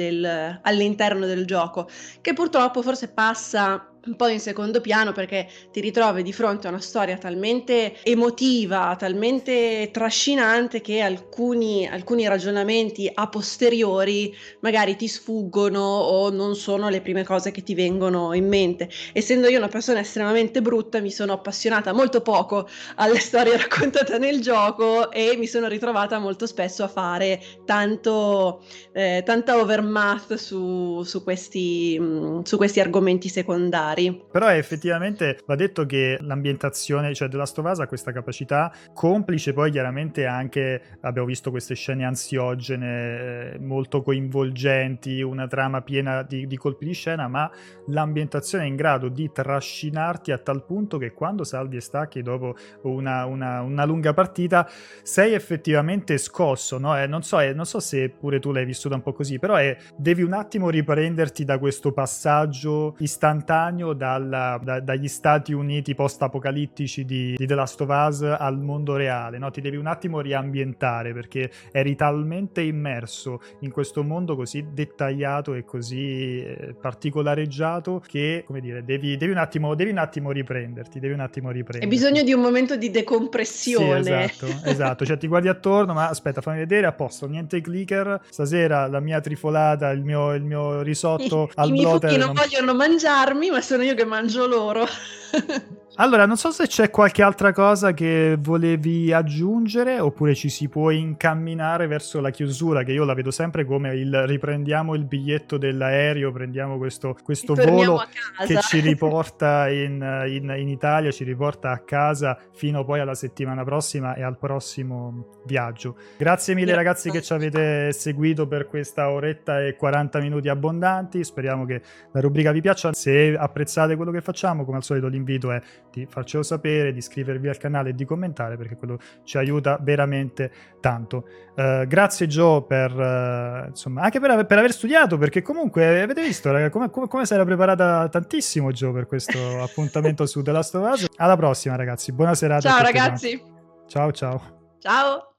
del gioco, che purtroppo forse passa un po' in secondo piano, perché ti ritrovi di fronte a una storia talmente emotiva, talmente trascinante, che alcuni ragionamenti a posteriori magari ti sfuggono o non sono le prime cose che ti vengono in mente. Essendo io una persona estremamente brutta, mi sono appassionata molto poco alle storie raccontate nel gioco e mi sono ritrovata molto spesso a fare tanta overmath su questi argomenti secondari. Però effettivamente va detto che l'ambientazione, cioè The Last of Us, ha questa capacità, complice poi chiaramente anche, abbiamo visto queste scene ansiogene molto coinvolgenti, una trama piena di colpi di scena, ma l'ambientazione è in grado di trascinarti a tal punto che quando salvi e stacchi dopo una lunga partita sei effettivamente scosso, no? Non so se pure tu l'hai vissuta un po' così, però devi un attimo riprenderti da questo passaggio istantaneo dagli Stati Uniti post-apocalittici di The Last of Us al mondo reale, no? Ti devi un attimo riambientare, perché eri talmente immerso in questo mondo così dettagliato e così particolareggiato che, come dire, devi un attimo riprenderti. Hai bisogno di un momento di decompressione. Sì, esatto. Cioè ti guardi attorno, ma aspetta, fammi vedere, a posto, niente clicker, stasera la mia trifolata, il mio risotto al I miei blotter funghi non vogliono mangiarmi, ma sono io che mangio loro. Allora, non so se c'è qualche altra cosa che volevi aggiungere, oppure ci si può incamminare verso la chiusura, che io la vedo sempre come riprendiamo il biglietto dell'aereo, prendiamo questo volo che ci riporta in Italia, ci riporta a casa fino poi alla settimana prossima e al prossimo viaggio. Grazie mille ragazzi che ci avete seguito per questa oretta e 40 minuti abbondanti, speriamo che la rubrica vi piaccia. Se apprezzate quello che facciamo, come al solito l'invito è di farcelo sapere, di iscrivervi al canale e di commentare, perché quello ci aiuta veramente tanto. Grazie Gio per insomma, anche per aver studiato, perché comunque avete visto come si era preparata tantissimo Gio per questo appuntamento su The Last of Us. Alla prossima ragazzi, buona serata. Ciao ragazzi. Ciao. Ciao.